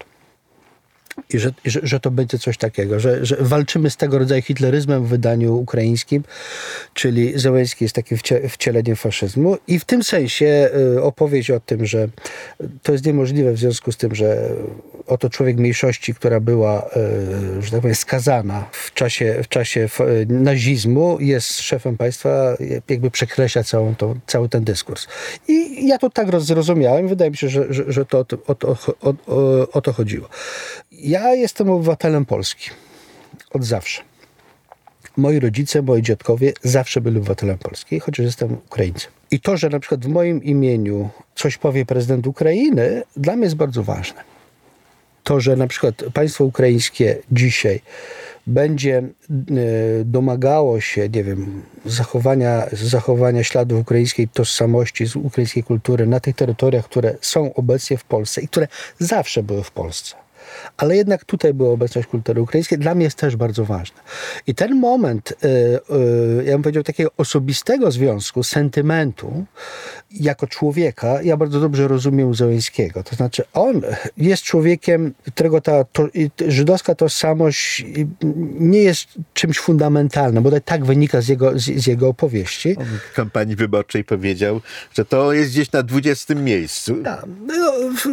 I że, że, że to będzie coś takiego, że, że walczymy z tego rodzaju hitleryzmem w wydaniu ukraińskim, czyli Zełenski jest takim wcie, wcieleniem faszyzmu. I w tym sensie y, opowieść o tym, że to jest niemożliwe w związku z tym, że oto człowiek mniejszości, która była, y, że tak powiem, skazana w czasie, w czasie f, nazizmu, jest szefem państwa, jakby przekreśla całą to, cały ten dyskurs. I ja to tak zrozumiałem. Wydaje mi się, że, że, że to o to, o, to, o, o, o to chodziło. Ja jestem obywatelem Polski. Od zawsze. Moi rodzice, moi dziadkowie zawsze byli obywatelem Polski, chociaż jestem Ukraińcem. I to, że na przykład w moim imieniu coś powie prezydent Ukrainy, dla mnie jest bardzo ważne. To, że na przykład państwo ukraińskie dzisiaj będzie domagało się, nie wiem, zachowania, zachowania śladów ukraińskiej tożsamości, z ukraińskiej kultury na tych terytoriach, które są obecnie w Polsce i które zawsze były w Polsce. ale jednak tutaj była obecność kultury ukraińskiej. Dla mnie jest też bardzo ważna. I ten moment, y, y, ja bym powiedział, takiego osobistego związku, sentymentu, jako człowieka, ja bardzo dobrze rozumiem u Zełenskiego. To znaczy, on jest człowiekiem, którego ta to, żydowska tożsamość nie jest czymś fundamentalnym, bo tak wynika z jego, z, z jego opowieści. On w kampanii wyborczej powiedział, że to jest gdzieś na dwudziestym miejscu. Tak. No,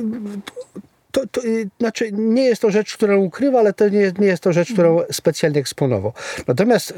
to, to, znaczy nie jest to rzecz, którą ukrywa, ale to nie, nie jest to rzecz, którą specjalnie eksponował. Natomiast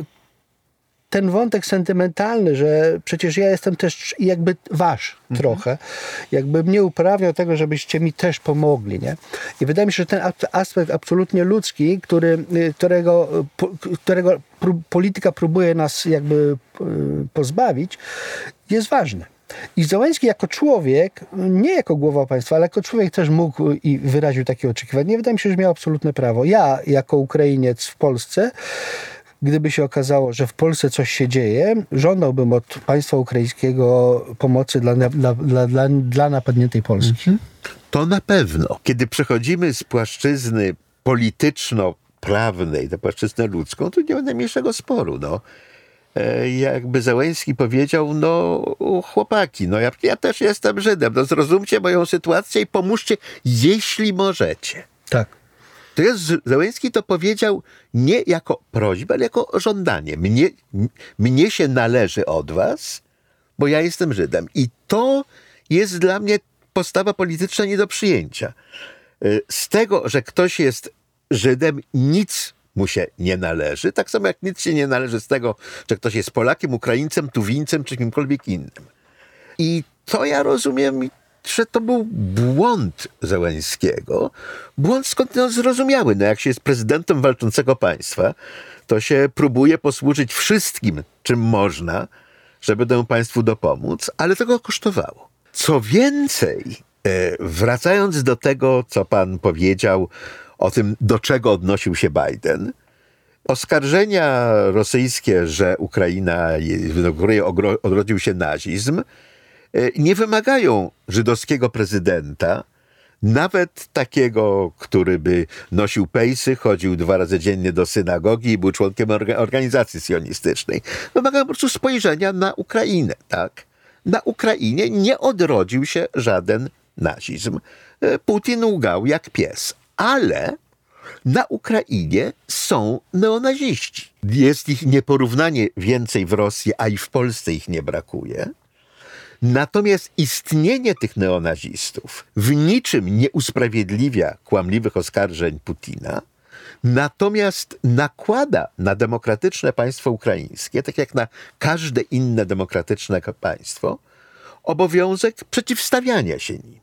ten wątek sentymentalny, że przecież ja jestem też jakby wasz mhm. trochę, jakby mnie uprawniał tego, żebyście mi też pomogli, nie? I wydaje mi się, że ten aspekt absolutnie ludzki, który, którego, którego polityka próbuje nas jakby pozbawić, jest ważny. I Zełenski jako człowiek, nie jako głowa państwa, ale jako człowiek też mógł i wyraził takie oczekiwania. Wydaje mi się, że miał absolutne prawo. Ja, jako Ukrainiec w Polsce, gdyby się okazało, że w Polsce coś się dzieje, żądałbym od państwa ukraińskiego pomocy dla, dla, dla, dla, dla napadniętej Polski. Mhm. To na pewno. Kiedy przechodzimy z płaszczyzny polityczno-prawnej do płaszczyznę ludzką, to nie ma najmniejszego sporu, no. Jakby Zełenski powiedział, no chłopaki, no ja, ja też jestem Żydem, no zrozumcie moją sytuację i pomóżcie, jeśli możecie. Tak. To jest, Zełenski to powiedział nie jako prośbę, ale jako żądanie. Mnie, mnie się należy od was, bo ja jestem Żydem. I to jest dla mnie postawa polityczna nie do przyjęcia. Z tego, że ktoś jest Żydem, nic mu się nie należy. Tak samo jak nic się nie należy z tego, że ktoś jest Polakiem, Ukraińcem, Tuwińcem czy kimkolwiek innym. I to ja rozumiem, że to był błąd Zełenskiego. Błąd skądinąd zrozumiały. No jak się jest prezydentem walczącego państwa, to się próbuje posłużyć wszystkim, czym można, żeby temu państwu dopomóc, ale tego kosztowało. Co więcej, wracając do tego, co pan powiedział o tym, do czego odnosił się Biden, oskarżenia rosyjskie, że Ukraina, w Ukrainie odrodził się nazizm, nie wymagają żydowskiego prezydenta, nawet takiego, który by nosił pejsy, chodził dwa razy dziennie do synagogi i był członkiem organizacji sionistycznej. Wymagają po prostu spojrzenia na Ukrainę, tak? Na Ukrainie nie odrodził się żaden nazizm. Putin łgał jak pies. Ale na Ukrainie są neonaziści. Jest ich nieporównanie więcej w Rosji, a i w Polsce ich nie brakuje. Natomiast istnienie tych neonazistów w niczym nie usprawiedliwia kłamliwych oskarżeń Putina, natomiast nakłada na demokratyczne państwo ukraińskie, tak jak na każde inne demokratyczne państwo, obowiązek przeciwstawiania się nim.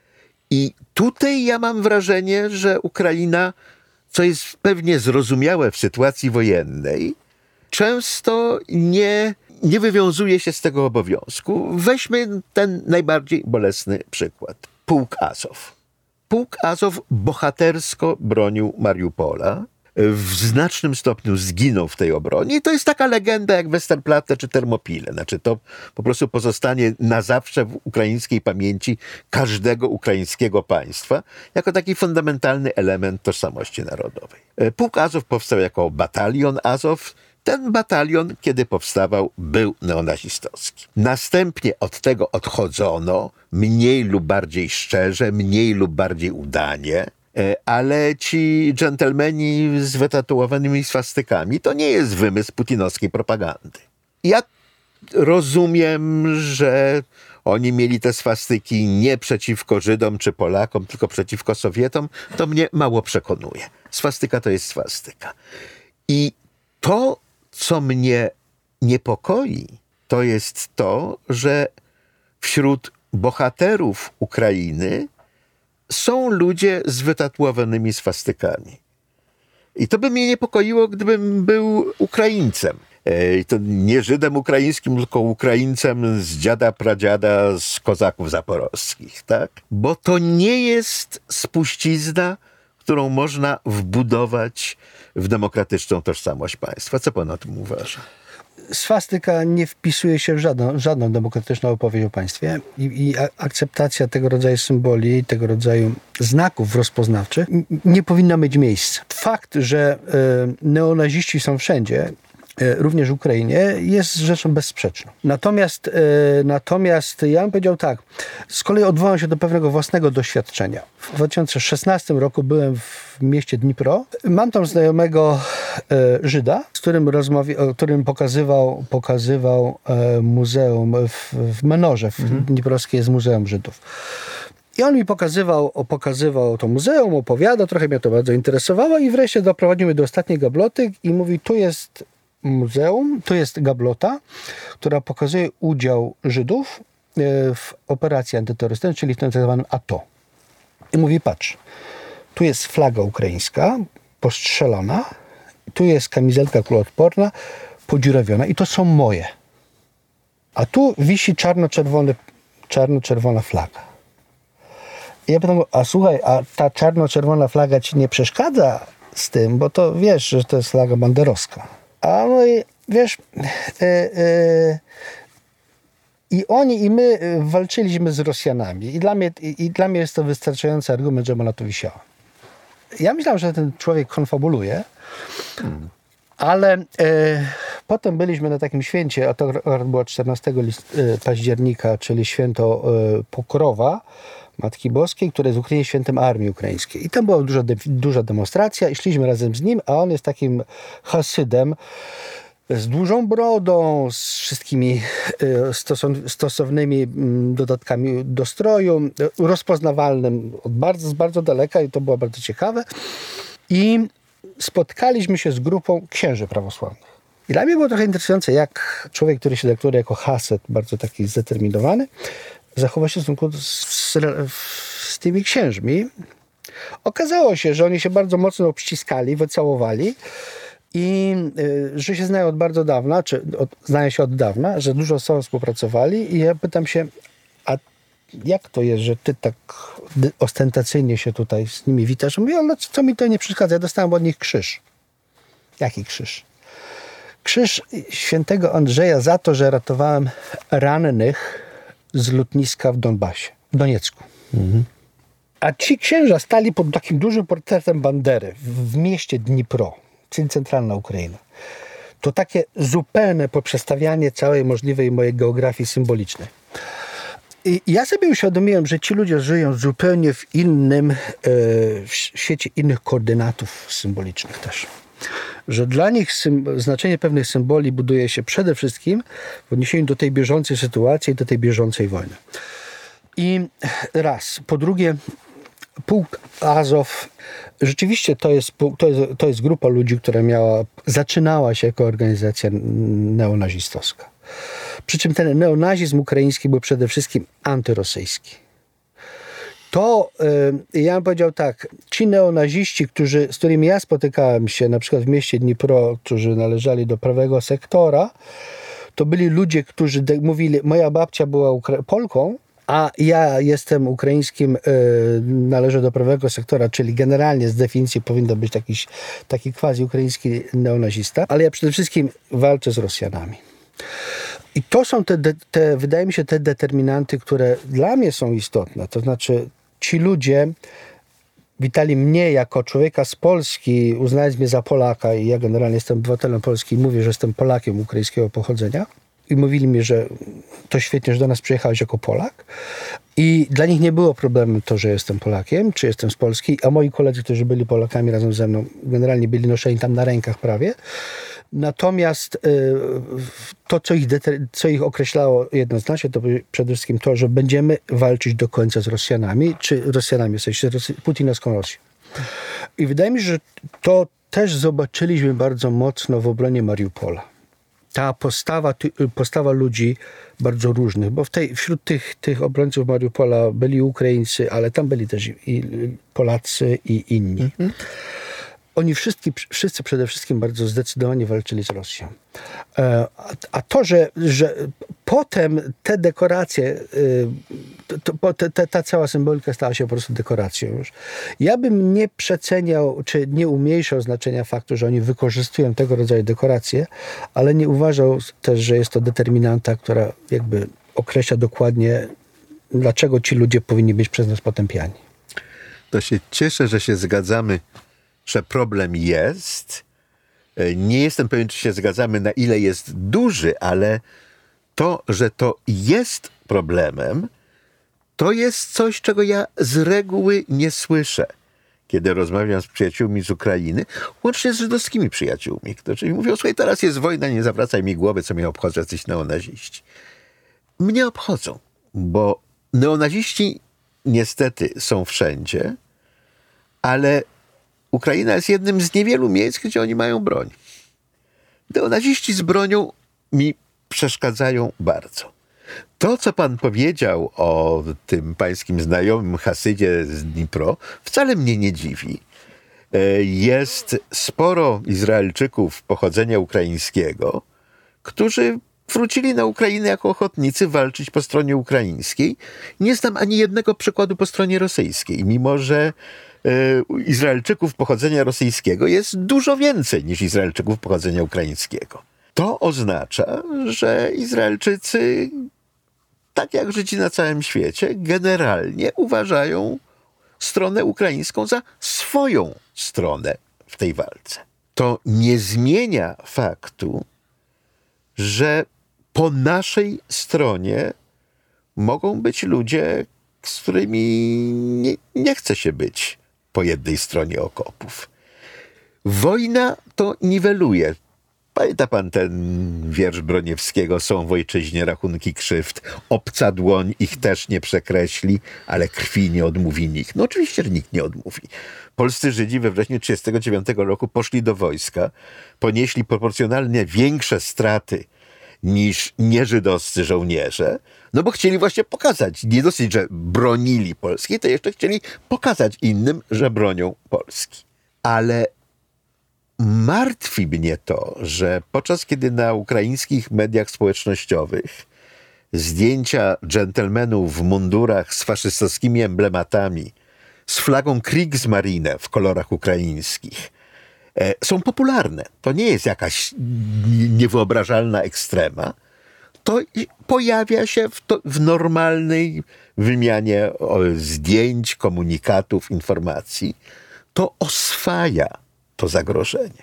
I tutaj ja mam wrażenie, że Ukraina, co jest pewnie zrozumiałe w sytuacji wojennej, często nie, nie wywiązuje się z tego obowiązku. Weźmy ten najbardziej bolesny przykład. Pułk Azow. Pułk Azow bohatersko bronił Mariupola. W znacznym stopniu zginął w tej obronie. I to jest taka legenda jak Westerplatte czy Termopile. Znaczy to po prostu pozostanie na zawsze w ukraińskiej pamięci każdego ukraińskiego państwa jako taki fundamentalny element tożsamości narodowej. Pułk Azow powstał jako batalion Azow. Ten batalion, kiedy powstawał, był neonazistowski. Następnie od tego odchodzono mniej lub bardziej szczerze, mniej lub bardziej udanie. Ale ci dżentelmeni z wytatuowanymi swastykami to nie jest wymysł putinowskiej propagandy. Ja rozumiem, że oni mieli te swastyki nie przeciwko Żydom czy Polakom, tylko przeciwko Sowietom. To mnie mało przekonuje. Swastyka to jest swastyka. I to, co mnie niepokoi, to jest to, że wśród bohaterów Ukrainy są ludzie z wytatuowanymi swastykami. I to by mnie niepokoiło, gdybym był Ukraińcem. I to nie Żydem ukraińskim, tylko Ukraińcem z dziada, pradziada, z kozaków zaporowskich, tak? Bo to nie jest spuścizna, którą można wbudować w demokratyczną tożsamość państwa. Co pan o tym uważa? swastyka nie wpisuje się w żadną, żadną demokratyczną opowieść o państwie i, i akceptacja tego rodzaju symboli, tego rodzaju znaków rozpoznawczych nie powinna mieć miejsca. Fakt, że y, neonaziści są wszędzie, y, również w Ukrainie, jest rzeczą bezsprzeczną. Natomiast, y, natomiast ja bym powiedział tak, z kolei odwołam się do pewnego własnego doświadczenia. W dwa tysiące szesnastym roku byłem w mieście Dnipro. Mam tam znajomego e, Żyda, z którym rozmawia, o którym pokazywał, pokazywał e, muzeum w, w Menorze, w mhm. Dniprowskie jest Muzeum Żydów. I on mi pokazywał, pokazywał to muzeum, opowiadał, trochę mnie to bardzo interesowało i wreszcie doprowadził mnie do ostatniej gabloty i mówi, tu jest muzeum, tu jest gablota, która pokazuje udział Żydów e, w operacji antyterrorystycznej, czyli w tym tak zwanym A T O. I mówi, patrz, tu jest flaga ukraińska, postrzelona, tu jest kamizelka kuloodporna, podziurawiona i to są moje. A tu wisi czarno-czerwony, czarno-czerwona flaga. I ja pytam go, a słuchaj, a ta czarno-czerwona flaga ci nie przeszkadza z tym, bo to wiesz, że to jest flaga banderowska. A no i wiesz, yy, yy, i oni i my walczyliśmy z Rosjanami. I dla mnie, i, i dla mnie jest to wystarczający argument, żeby na to wisiała. Ja myślałem, że ten człowiek konfabuluje, hmm. ale e, potem byliśmy na takim święcie, a to było czternastego października, czyli święto e, Pokrowa Matki Boskiej, które jest w Ukrainie świętem Armii Ukraińskiej. I tam była duża, duża demonstracja i szliśmy razem z nim, a on jest takim hasydem, z dużą brodą, z wszystkimi stosownymi dodatkami do stroju, rozpoznawalnym od bardzo, z bardzo daleka i to było bardzo ciekawe. I spotkaliśmy się z grupą księży prawosławnych. I dla mnie było trochę interesujące, jak człowiek, który się deklaruje jako haset, bardzo taki zdeterminowany, zachował się w stosunku z, z, z tymi księżmi. Okazało się, że oni się bardzo mocno obściskali, wycałowali, i y, że się znają od bardzo dawna, czy od, znają się od dawna, że dużo z sobą współpracowali i ja pytam się, a jak to jest, że ty tak ostentacyjnie się tutaj z nimi witasz? Mówię, ale co mi to nie przeszkadza? Ja dostałem od nich krzyż. Jaki krzyż? Krzyż świętego Andrzeja za to, że ratowałem rannych z lotniska w Donbasie, w Doniecku. Mhm. A ci księża stali pod takim dużym portretem Bandery w, w mieście Dnipro, czyli centralna Ukraina. To takie zupełne poprzestawianie całej możliwej mojej geografii symbolicznej. I ja sobie uświadomiłem, że ci ludzie żyją zupełnie w innym, e, w świecie innych koordynatów symbolicznych też. Że dla nich sym- znaczenie pewnych symboli buduje się przede wszystkim w odniesieniu do tej bieżącej sytuacji i do tej bieżącej wojny. I raz. Po drugie, Pułk Azow, rzeczywiście to jest, to jest, to jest grupa ludzi, która miała, zaczynała się jako organizacja neonazistowska. Przy czym ten neonazizm ukraiński był przede wszystkim antyrosyjski. To, yy, ja bym powiedział tak, ci neonaziści, którzy, z którymi ja spotykałem się, na przykład w mieście Dnipro, którzy należeli do prawego sektora, to byli ludzie, którzy de- mówili, moja babcia była Ukra- Polką, a ja jestem ukraińskim, y, należę do prawego sektora, czyli generalnie z definicji powinno być taki, taki quasi-ukraiński neonazista, ale ja przede wszystkim walczę z Rosjanami. I to są te, te, wydaje mi się, te determinanty, które dla mnie są istotne. To znaczy ci ludzie witali mnie jako człowieka z Polski, uznając mnie za Polaka i ja generalnie jestem obywatelem Polski i mówię, że jestem Polakiem ukraińskiego pochodzenia. I mówili mi, że to świetnie, że do nas przyjechałeś jako Polak. I dla nich nie było problemem to, że jestem Polakiem, czy jestem z Polski, a moi koledzy, którzy byli Polakami razem ze mną, generalnie byli noszeni tam na rękach prawie. Natomiast y, to, co ich, deter- co ich określało jednoznacznie, to przede wszystkim to, że będziemy walczyć do końca z Rosjanami, czy Rosjanami, w sensie Rosy- putinowską Rosją. I wydaje mi się, że to też zobaczyliśmy bardzo mocno w obronie Mariupola. Ta postawa, postawa ludzi bardzo różnych, bo w tej, wśród tych, tych obrońców Mariupola byli Ukraińcy, ale tam byli też i Polacy i inni. Mhm. oni wszyscy, wszyscy przede wszystkim bardzo zdecydowanie walczyli z Rosją. A, a to, że, że potem te dekoracje, to, to, ta, ta cała symbolika stała się po prostu dekoracją już. Ja bym nie przeceniał, czy nie umniejszał znaczenia faktu, że oni wykorzystują tego rodzaju dekoracje, ale nie uważał też, że jest to determinanta, która jakby określa dokładnie, dlaczego ci ludzie powinni być przez nas potępiani. To się cieszę, że się zgadzamy, że problem jest. Nie jestem pewien, czy się zgadzamy, na ile jest duży, ale to, że to jest problemem, to jest coś, czego ja z reguły nie słyszę, kiedy rozmawiam z przyjaciółmi z Ukrainy, łącznie z żydowskimi przyjaciółmi, którzy mówią: słuchaj, teraz jest wojna, nie zawracaj mi głowy, co mnie obchodzą jacyś neonaziści. Mnie obchodzą, bo neonaziści niestety są wszędzie, ale Ukraina jest jednym z niewielu miejsc, gdzie oni mają broń. Neonaziści z bronią mi przeszkadzają bardzo. To, co pan powiedział o tym pańskim znajomym Hasydzie z Dnipro, wcale mnie nie dziwi. Jest sporo Izraelczyków pochodzenia ukraińskiego, którzy wrócili na Ukrainę jako ochotnicy walczyć po stronie ukraińskiej. Nie znam ani jednego przykładu po stronie rosyjskiej, mimo że e, Izraelczyków pochodzenia rosyjskiego jest dużo więcej niż Izraelczyków pochodzenia ukraińskiego. To oznacza, że Izraelczycy, tak jak Żydzi na całym świecie, generalnie uważają stronę ukraińską za swoją stronę w tej walce. To nie zmienia faktu, że po naszej stronie mogą być ludzie, z którymi nie, nie chce się być po jednej stronie okopów. Wojna to niweluje. Pamięta pan ten wiersz Broniewskiego: są w ojczyźnie rachunki krzywd, obca dłoń ich też nie przekreśli, ale krwi nie odmówi nikt. No oczywiście, że nikt nie odmówi. Polscy Żydzi we wrześniu tysiąc dziewięćset trzydziestego dziewiątego roku poszli do wojska, ponieśli proporcjonalnie większe straty niż nieżydowscy żołnierze, no bo chcieli właśnie pokazać, nie dosyć, że bronili Polski, to jeszcze chcieli pokazać innym, że bronią Polski. Ale martwi mnie to, że podczas kiedy na ukraińskich mediach społecznościowych zdjęcia dżentelmenów w mundurach z faszystowskimi emblematami, z flagą Kriegsmarine w kolorach ukraińskich, są popularne. To nie jest jakaś niewyobrażalna ekstrema. To pojawia się w, to, w normalnej wymianie zdjęć, komunikatów, informacji. To oswaja to zagrożenie.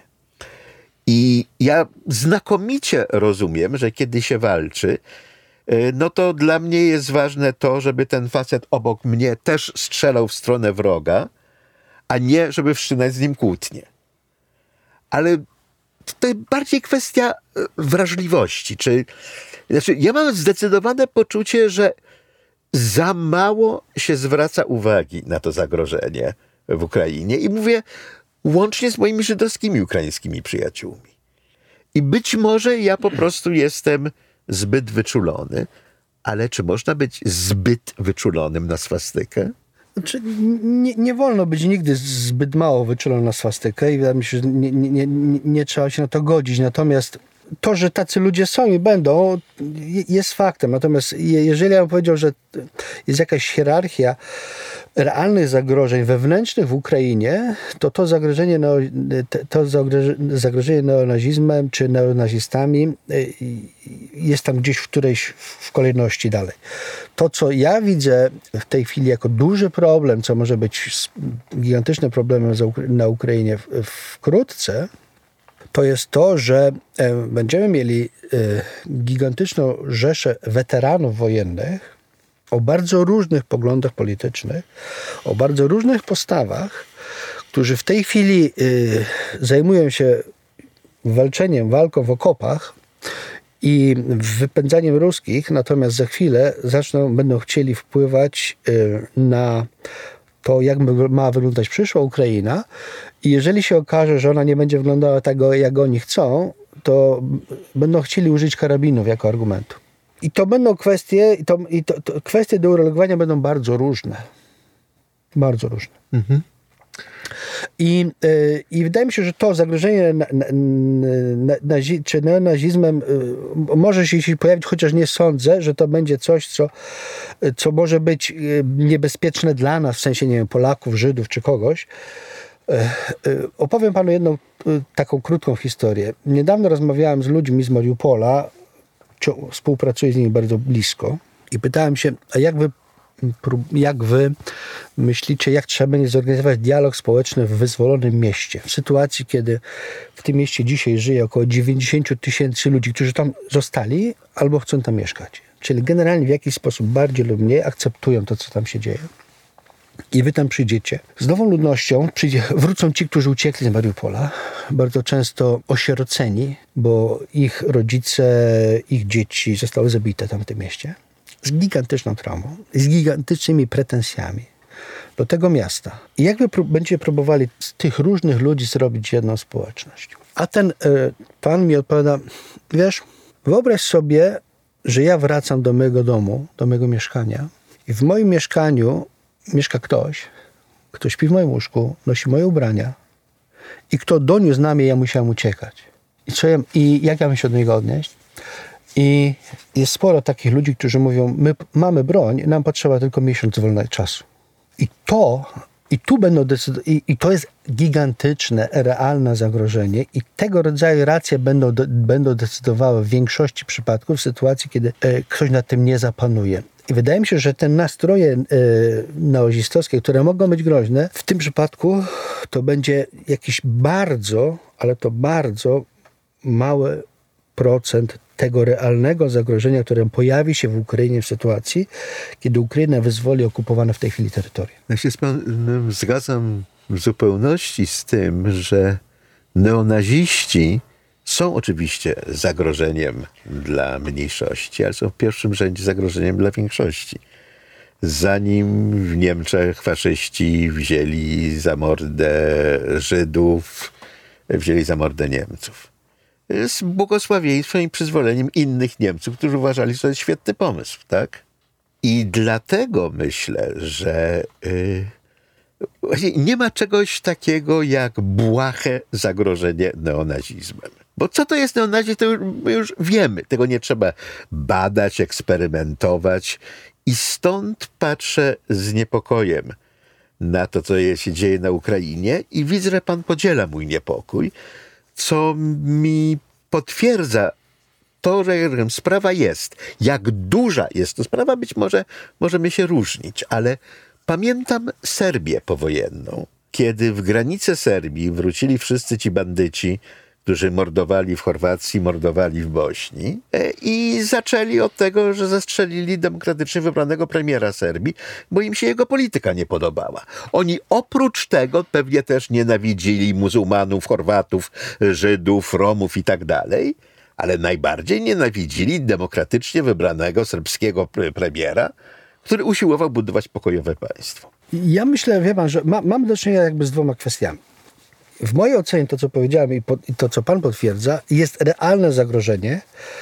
I ja znakomicie rozumiem, że kiedy się walczy, no to dla mnie jest ważne to, żeby ten facet obok mnie też strzelał w stronę wroga, a nie żeby wszczynać z nim kłótnię. Ale to jest bardziej kwestia wrażliwości. Czy, znaczy, ja mam zdecydowane poczucie, że za mało się zwraca uwagi na to zagrożenie w Ukrainie. I mówię łącznie z moimi żydowskimi ukraińskimi przyjaciółmi. I być może ja po prostu jestem zbyt wyczulony, ale czy można być zbyt wyczulonym na swastykę? Znaczy, nie, nie wolno być nigdy zbyt mało wyczulonym na swastykę i wydaje mi się, że nie, nie, nie, nie trzeba się na to godzić. Natomiast to, że tacy ludzie są i będą, jest faktem. Natomiast jeżeli ja bym powiedział, że jest jakaś hierarchia realnych zagrożeń wewnętrznych w Ukrainie, to to zagrożenie, to zagrożenie neonazizmem czy neonazistami jest tam gdzieś w którejś w kolejności dalej. To, co ja widzę w tej chwili jako duży problem, co może być gigantycznym problemem na Ukrainie wkrótce, to jest to, że będziemy mieli gigantyczną rzeszę weteranów wojennych o bardzo różnych poglądach politycznych, o bardzo różnych postawach, którzy w tej chwili zajmują się walczeniem, walką w okopach i wypędzaniem ruskich, natomiast za chwilę zaczną, będą chcieli wpływać na to, jak ma wyglądać przyszła Ukraina. I jeżeli się okaże, że ona nie będzie wyglądała tak, jak oni chcą, to będą chcieli użyć karabinów jako argumentu. I to będą kwestie, i to, i to, to kwestie do uregulowania będą bardzo różne. Bardzo różne. Mhm. I, yy, I wydaje mi się, że to zagrożenie na, na, na, nazi, czy neonazizmem yy, może się pojawić, chociaż nie sądzę, że to będzie coś, co, co może być yy, niebezpieczne dla nas, w sensie, nie wiem, Polaków, Żydów czy kogoś. Yy, yy, opowiem panu jedną yy, taką krótką historię. Niedawno rozmawiałem z ludźmi z Mariupola, czy, współpracuję z nimi bardzo blisko i pytałem się, a jak wy jak wy myślicie, jak trzeba będzie zorganizować dialog społeczny w wyzwolonym mieście? W sytuacji, kiedy w tym mieście dzisiaj żyje około dziewięćdziesiąt tysięcy ludzi, którzy tam zostali albo chcą tam mieszkać. Czyli generalnie w jakiś sposób bardziej lub mniej akceptują to, co tam się dzieje. I wy tam przyjdziecie. Z nową ludnością przyjdzie, wrócą ci, którzy uciekli z Mariupola, bardzo często osieroceni, bo ich rodzice, ich dzieci zostały zabite tam w tym mieście. Z gigantyczną traumą, z gigantycznymi pretensjami do tego miasta. I jak wy prób- będziecie próbowali z tych różnych ludzi zrobić jedną społeczność? A ten y, pan mi odpowiada, wiesz, wyobraź sobie, że ja wracam do mojego domu, do mojego mieszkania i w moim mieszkaniu mieszka ktoś, kto śpi w moim łóżku, nosi moje ubrania i kto doniósł na mnie, ja musiałem uciekać. I, co ja, i jak ja bym się do niego odnieść? I jest sporo takich ludzi, którzy mówią, my mamy broń, nam potrzeba tylko miesiąc wolnego czasu. I to, i tu będą decyd- i, i to jest gigantyczne, realne zagrożenie i tego rodzaju racje będą, de- będą decydowały w większości przypadków w sytuacji, kiedy e, ktoś nad tym nie zapanuje. I wydaje mi się, że te nastroje e, neonazistowskie, które mogą być groźne, w tym przypadku to będzie jakiś bardzo, ale to bardzo mały procent tego realnego zagrożenia, które pojawi się w Ukrainie w sytuacji, kiedy Ukraina wyzwoli okupowane w tej chwili terytorium. Ja się z panem zgadzam w zupełności z tym, że neonaziści są oczywiście zagrożeniem dla mniejszości, ale są w pierwszym rzędzie zagrożeniem dla większości. Zanim w Niemczech faszyści wzięli za mordę Żydów, wzięli za mordę Niemców. Z błogosławieństwem i przyzwoleniem innych Niemców, którzy uważali, że to jest świetny pomysł, tak? I dlatego myślę, że yy, właśnie nie ma czegoś takiego jak błahe zagrożenie neonazizmem. Bo co to jest neonazizm, to już, my już wiemy. Tego nie trzeba badać, eksperymentować. I stąd patrzę z niepokojem na to, co się dzieje na Ukrainie i widzę, że pan podziela mój niepokój, co mi potwierdza to, że sprawa jest. Jak duża jest to sprawa, być może możemy się różnić, ale pamiętam Serbię powojenną, kiedy w granice Serbii wrócili wszyscy ci bandyci, którzy mordowali w Chorwacji, mordowali w Bośni i zaczęli od tego, że zastrzelili demokratycznie wybranego premiera Serbii, bo im się jego polityka nie podobała. Oni oprócz tego pewnie też nienawidzili muzułmanów, Chorwatów, Żydów, Romów i tak dalej, ale najbardziej nienawidzili demokratycznie wybranego serbskiego premiera, który usiłował budować pokojowe państwo. Ja myślę, wie pan, że ma, mamy do czynienia jakby z dwoma kwestiami. W mojej ocenie to, co powiedziałem i, po, i to, co pan potwierdza, jest realne zagrożenie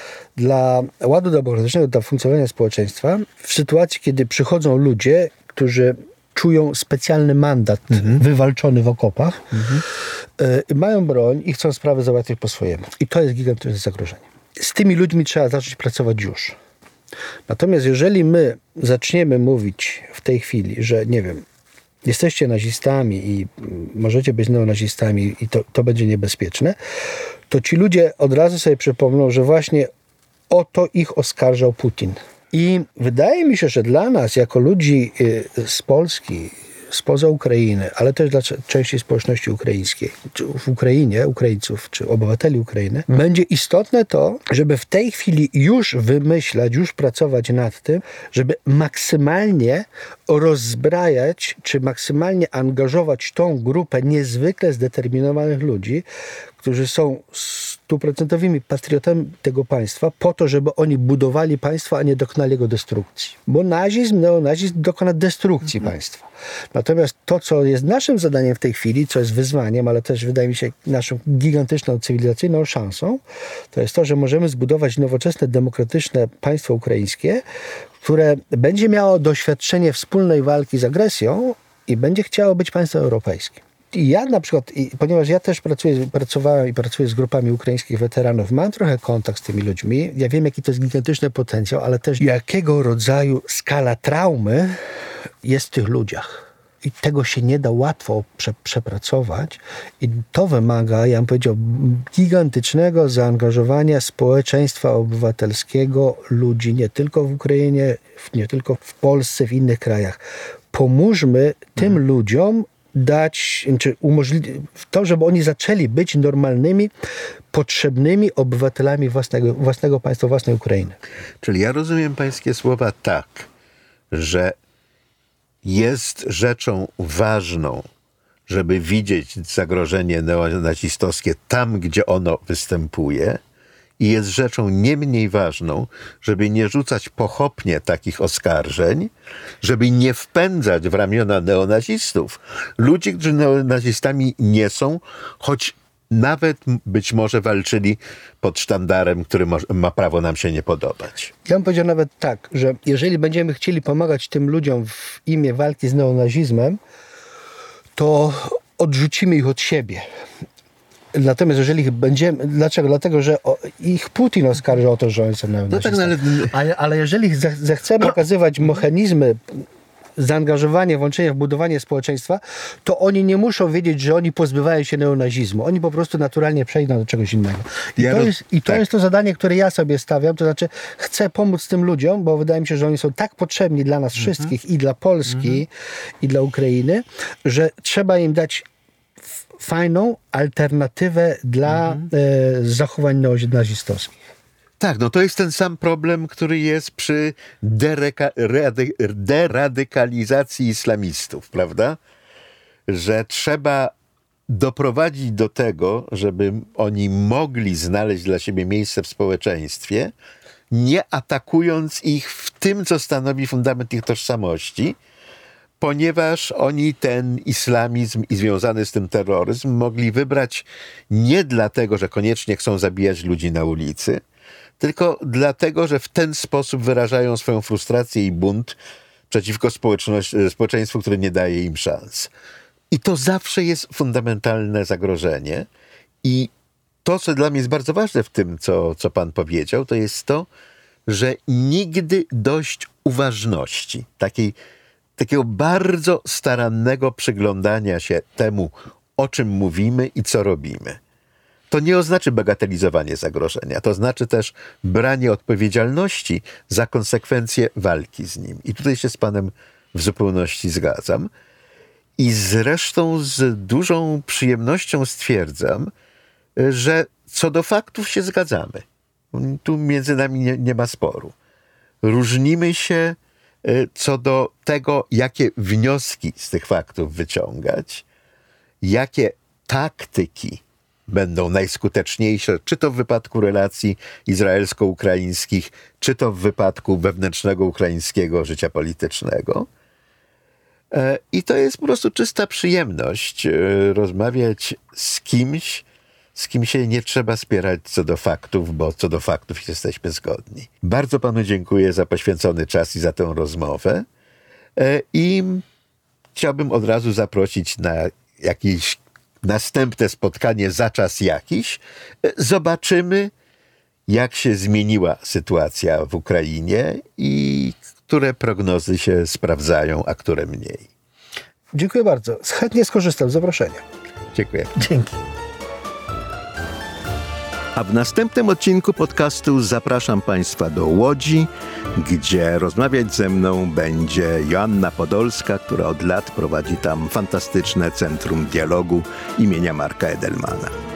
dla ładu demokratycznego, dla funkcjonowania społeczeństwa w sytuacji, kiedy przychodzą ludzie, którzy czują specjalny mandat mhm. wywalczony w okopach, mhm. y, mają broń i chcą sprawę załatwić po swojemu. I to jest gigantyczne zagrożenie. Z tymi ludźmi trzeba zacząć pracować już. Natomiast jeżeli my zaczniemy mówić w tej chwili, że nie wiem, jesteście nazistami i możecie być neonazistami i to, to będzie niebezpieczne, to ci ludzie od razu sobie przypomną, że właśnie o to ich oskarżał Putin. I wydaje mi się, że dla nas, jako ludzi z Polski, spoza Ukrainy, ale też dla części społeczności ukraińskiej, czy w Ukrainie, Ukraińców, czy obywateli Ukrainy, hmm. będzie istotne to, żeby w tej chwili już wymyślać, już pracować nad tym, żeby maksymalnie rozbrajać, czy maksymalnie angażować tą grupę niezwykle zdeterminowanych ludzi, którzy są stuprocentowymi patriotami tego państwa, po to, żeby oni budowali państwo, a nie dokonali jego destrukcji. Bo nazizm, neonazizm dokona destrukcji mhm. państwa. Natomiast to, co jest naszym zadaniem w tej chwili, co jest wyzwaniem, ale też wydaje mi się naszą gigantyczną cywilizacyjną szansą, to jest to, że możemy zbudować nowoczesne, demokratyczne państwo ukraińskie, które będzie miało doświadczenie wspólnej walki z agresją, i będzie chciało być państwem europejskim. I ja na przykład, i ponieważ ja też pracuję, pracowałem i pracuję z grupami ukraińskich weteranów, mam trochę kontakt z tymi ludźmi. Ja wiem, jaki to jest gigantyczny potencjał, ale też jakiego rodzaju skala traumy jest w tych ludziach. I tego się nie da łatwo prze, przepracować. I to wymaga, ja bym powiedział, gigantycznego zaangażowania społeczeństwa obywatelskiego, ludzi nie tylko w Ukrainie, nie tylko w Polsce, w innych krajach. Pomóżmy tym hmm. ludziom dać, czy umożliwić to, żeby oni zaczęli być normalnymi, potrzebnymi obywatelami własnego, własnego państwa, własnej Ukrainy. Czyli ja rozumiem pańskie słowa tak, że jest rzeczą ważną, żeby widzieć zagrożenie neonazistowskie tam, gdzie ono występuje, i jest rzeczą nie mniej ważną, żeby nie rzucać pochopnie takich oskarżeń, żeby nie wpędzać w ramiona neonazistów ludzi, którzy neonazistami nie są, choć nawet być może walczyli pod sztandarem, który ma prawo nam się nie podobać. Ja bym powiedział nawet tak, że jeżeli będziemy chcieli pomagać tym ludziom w imię walki z neonazizmem, to odrzucimy ich od siebie. Natomiast jeżeli ich będziemy... Dlaczego? Dlatego, że o, ich Putin oskarża o to, że oni są neonazistami. No tak, no ale... ale... Ale jeżeli zechcemy okazywać mechanizmy zaangażowanie, włączenie w budowanie społeczeństwa, to oni nie muszą wiedzieć, że oni pozbywają się neonazizmu. Oni po prostu naturalnie przejdą do czegoś innego. I, ja to, roz... jest, i to tak. jest to zadanie, które ja sobie stawiam. To znaczy chcę pomóc tym ludziom, bo wydaje mi się, że oni są tak potrzebni dla nas mm-hmm. wszystkich i dla Polski mm-hmm. i dla Ukrainy, że trzeba im dać fajną alternatywę dla mm-hmm. e, zachowań neonazistowskich. Tak, no to jest ten sam problem, który jest przy dereka, rady, deradykalizacji islamistów, prawda? Że trzeba doprowadzić do tego, żeby oni mogli znaleźć dla siebie miejsce w społeczeństwie, nie atakując ich w tym, co stanowi fundament ich tożsamości, ponieważ oni ten islamizm i związany z tym terroryzm mogli wybrać nie dlatego, że koniecznie chcą zabijać ludzi na ulicy, tylko dlatego, że w ten sposób wyrażają swoją frustrację i bunt przeciwko społeczeństwu, które nie daje im szans. I to zawsze jest fundamentalne zagrożenie. I to, co dla mnie jest bardzo ważne w tym, co, co pan powiedział, to jest to, że nigdy dość uważności, takiej, takiego bardzo starannego przyglądania się temu, o czym mówimy i co robimy. To nie oznacza bagatelizowanie zagrożenia, to znaczy też branie odpowiedzialności za konsekwencje walki z nim. I tutaj się z panem w zupełności zgadzam. I zresztą z dużą przyjemnością stwierdzam, że co do faktów się zgadzamy. Tu między nami nie, nie ma sporu. Różnimy się co do tego, jakie wnioski z tych faktów wyciągać, jakie taktyki będą najskuteczniejsze, czy to w wypadku relacji izraelsko-ukraińskich, czy to w wypadku wewnętrznego ukraińskiego życia politycznego. I to jest po prostu czysta przyjemność rozmawiać z kimś, z kim się nie trzeba spierać co do faktów, bo co do faktów jesteśmy zgodni. Bardzo panu dziękuję za poświęcony czas i za tę rozmowę. I chciałbym od razu zaprosić na jakieś następne spotkanie za czas jakiś. Zobaczymy, jak się zmieniła sytuacja w Ukrainie i które prognozy się sprawdzają, a które mniej. Dziękuję bardzo. Chętnie skorzystam z zaproszenia. Dziękuję. Dzięki. A w następnym odcinku podcastu zapraszam Państwa do Łodzi, gdzie rozmawiać ze mną będzie Joanna Podolska, która od lat prowadzi tam fantastyczne Centrum Dialogu imienia Marka Edelmana.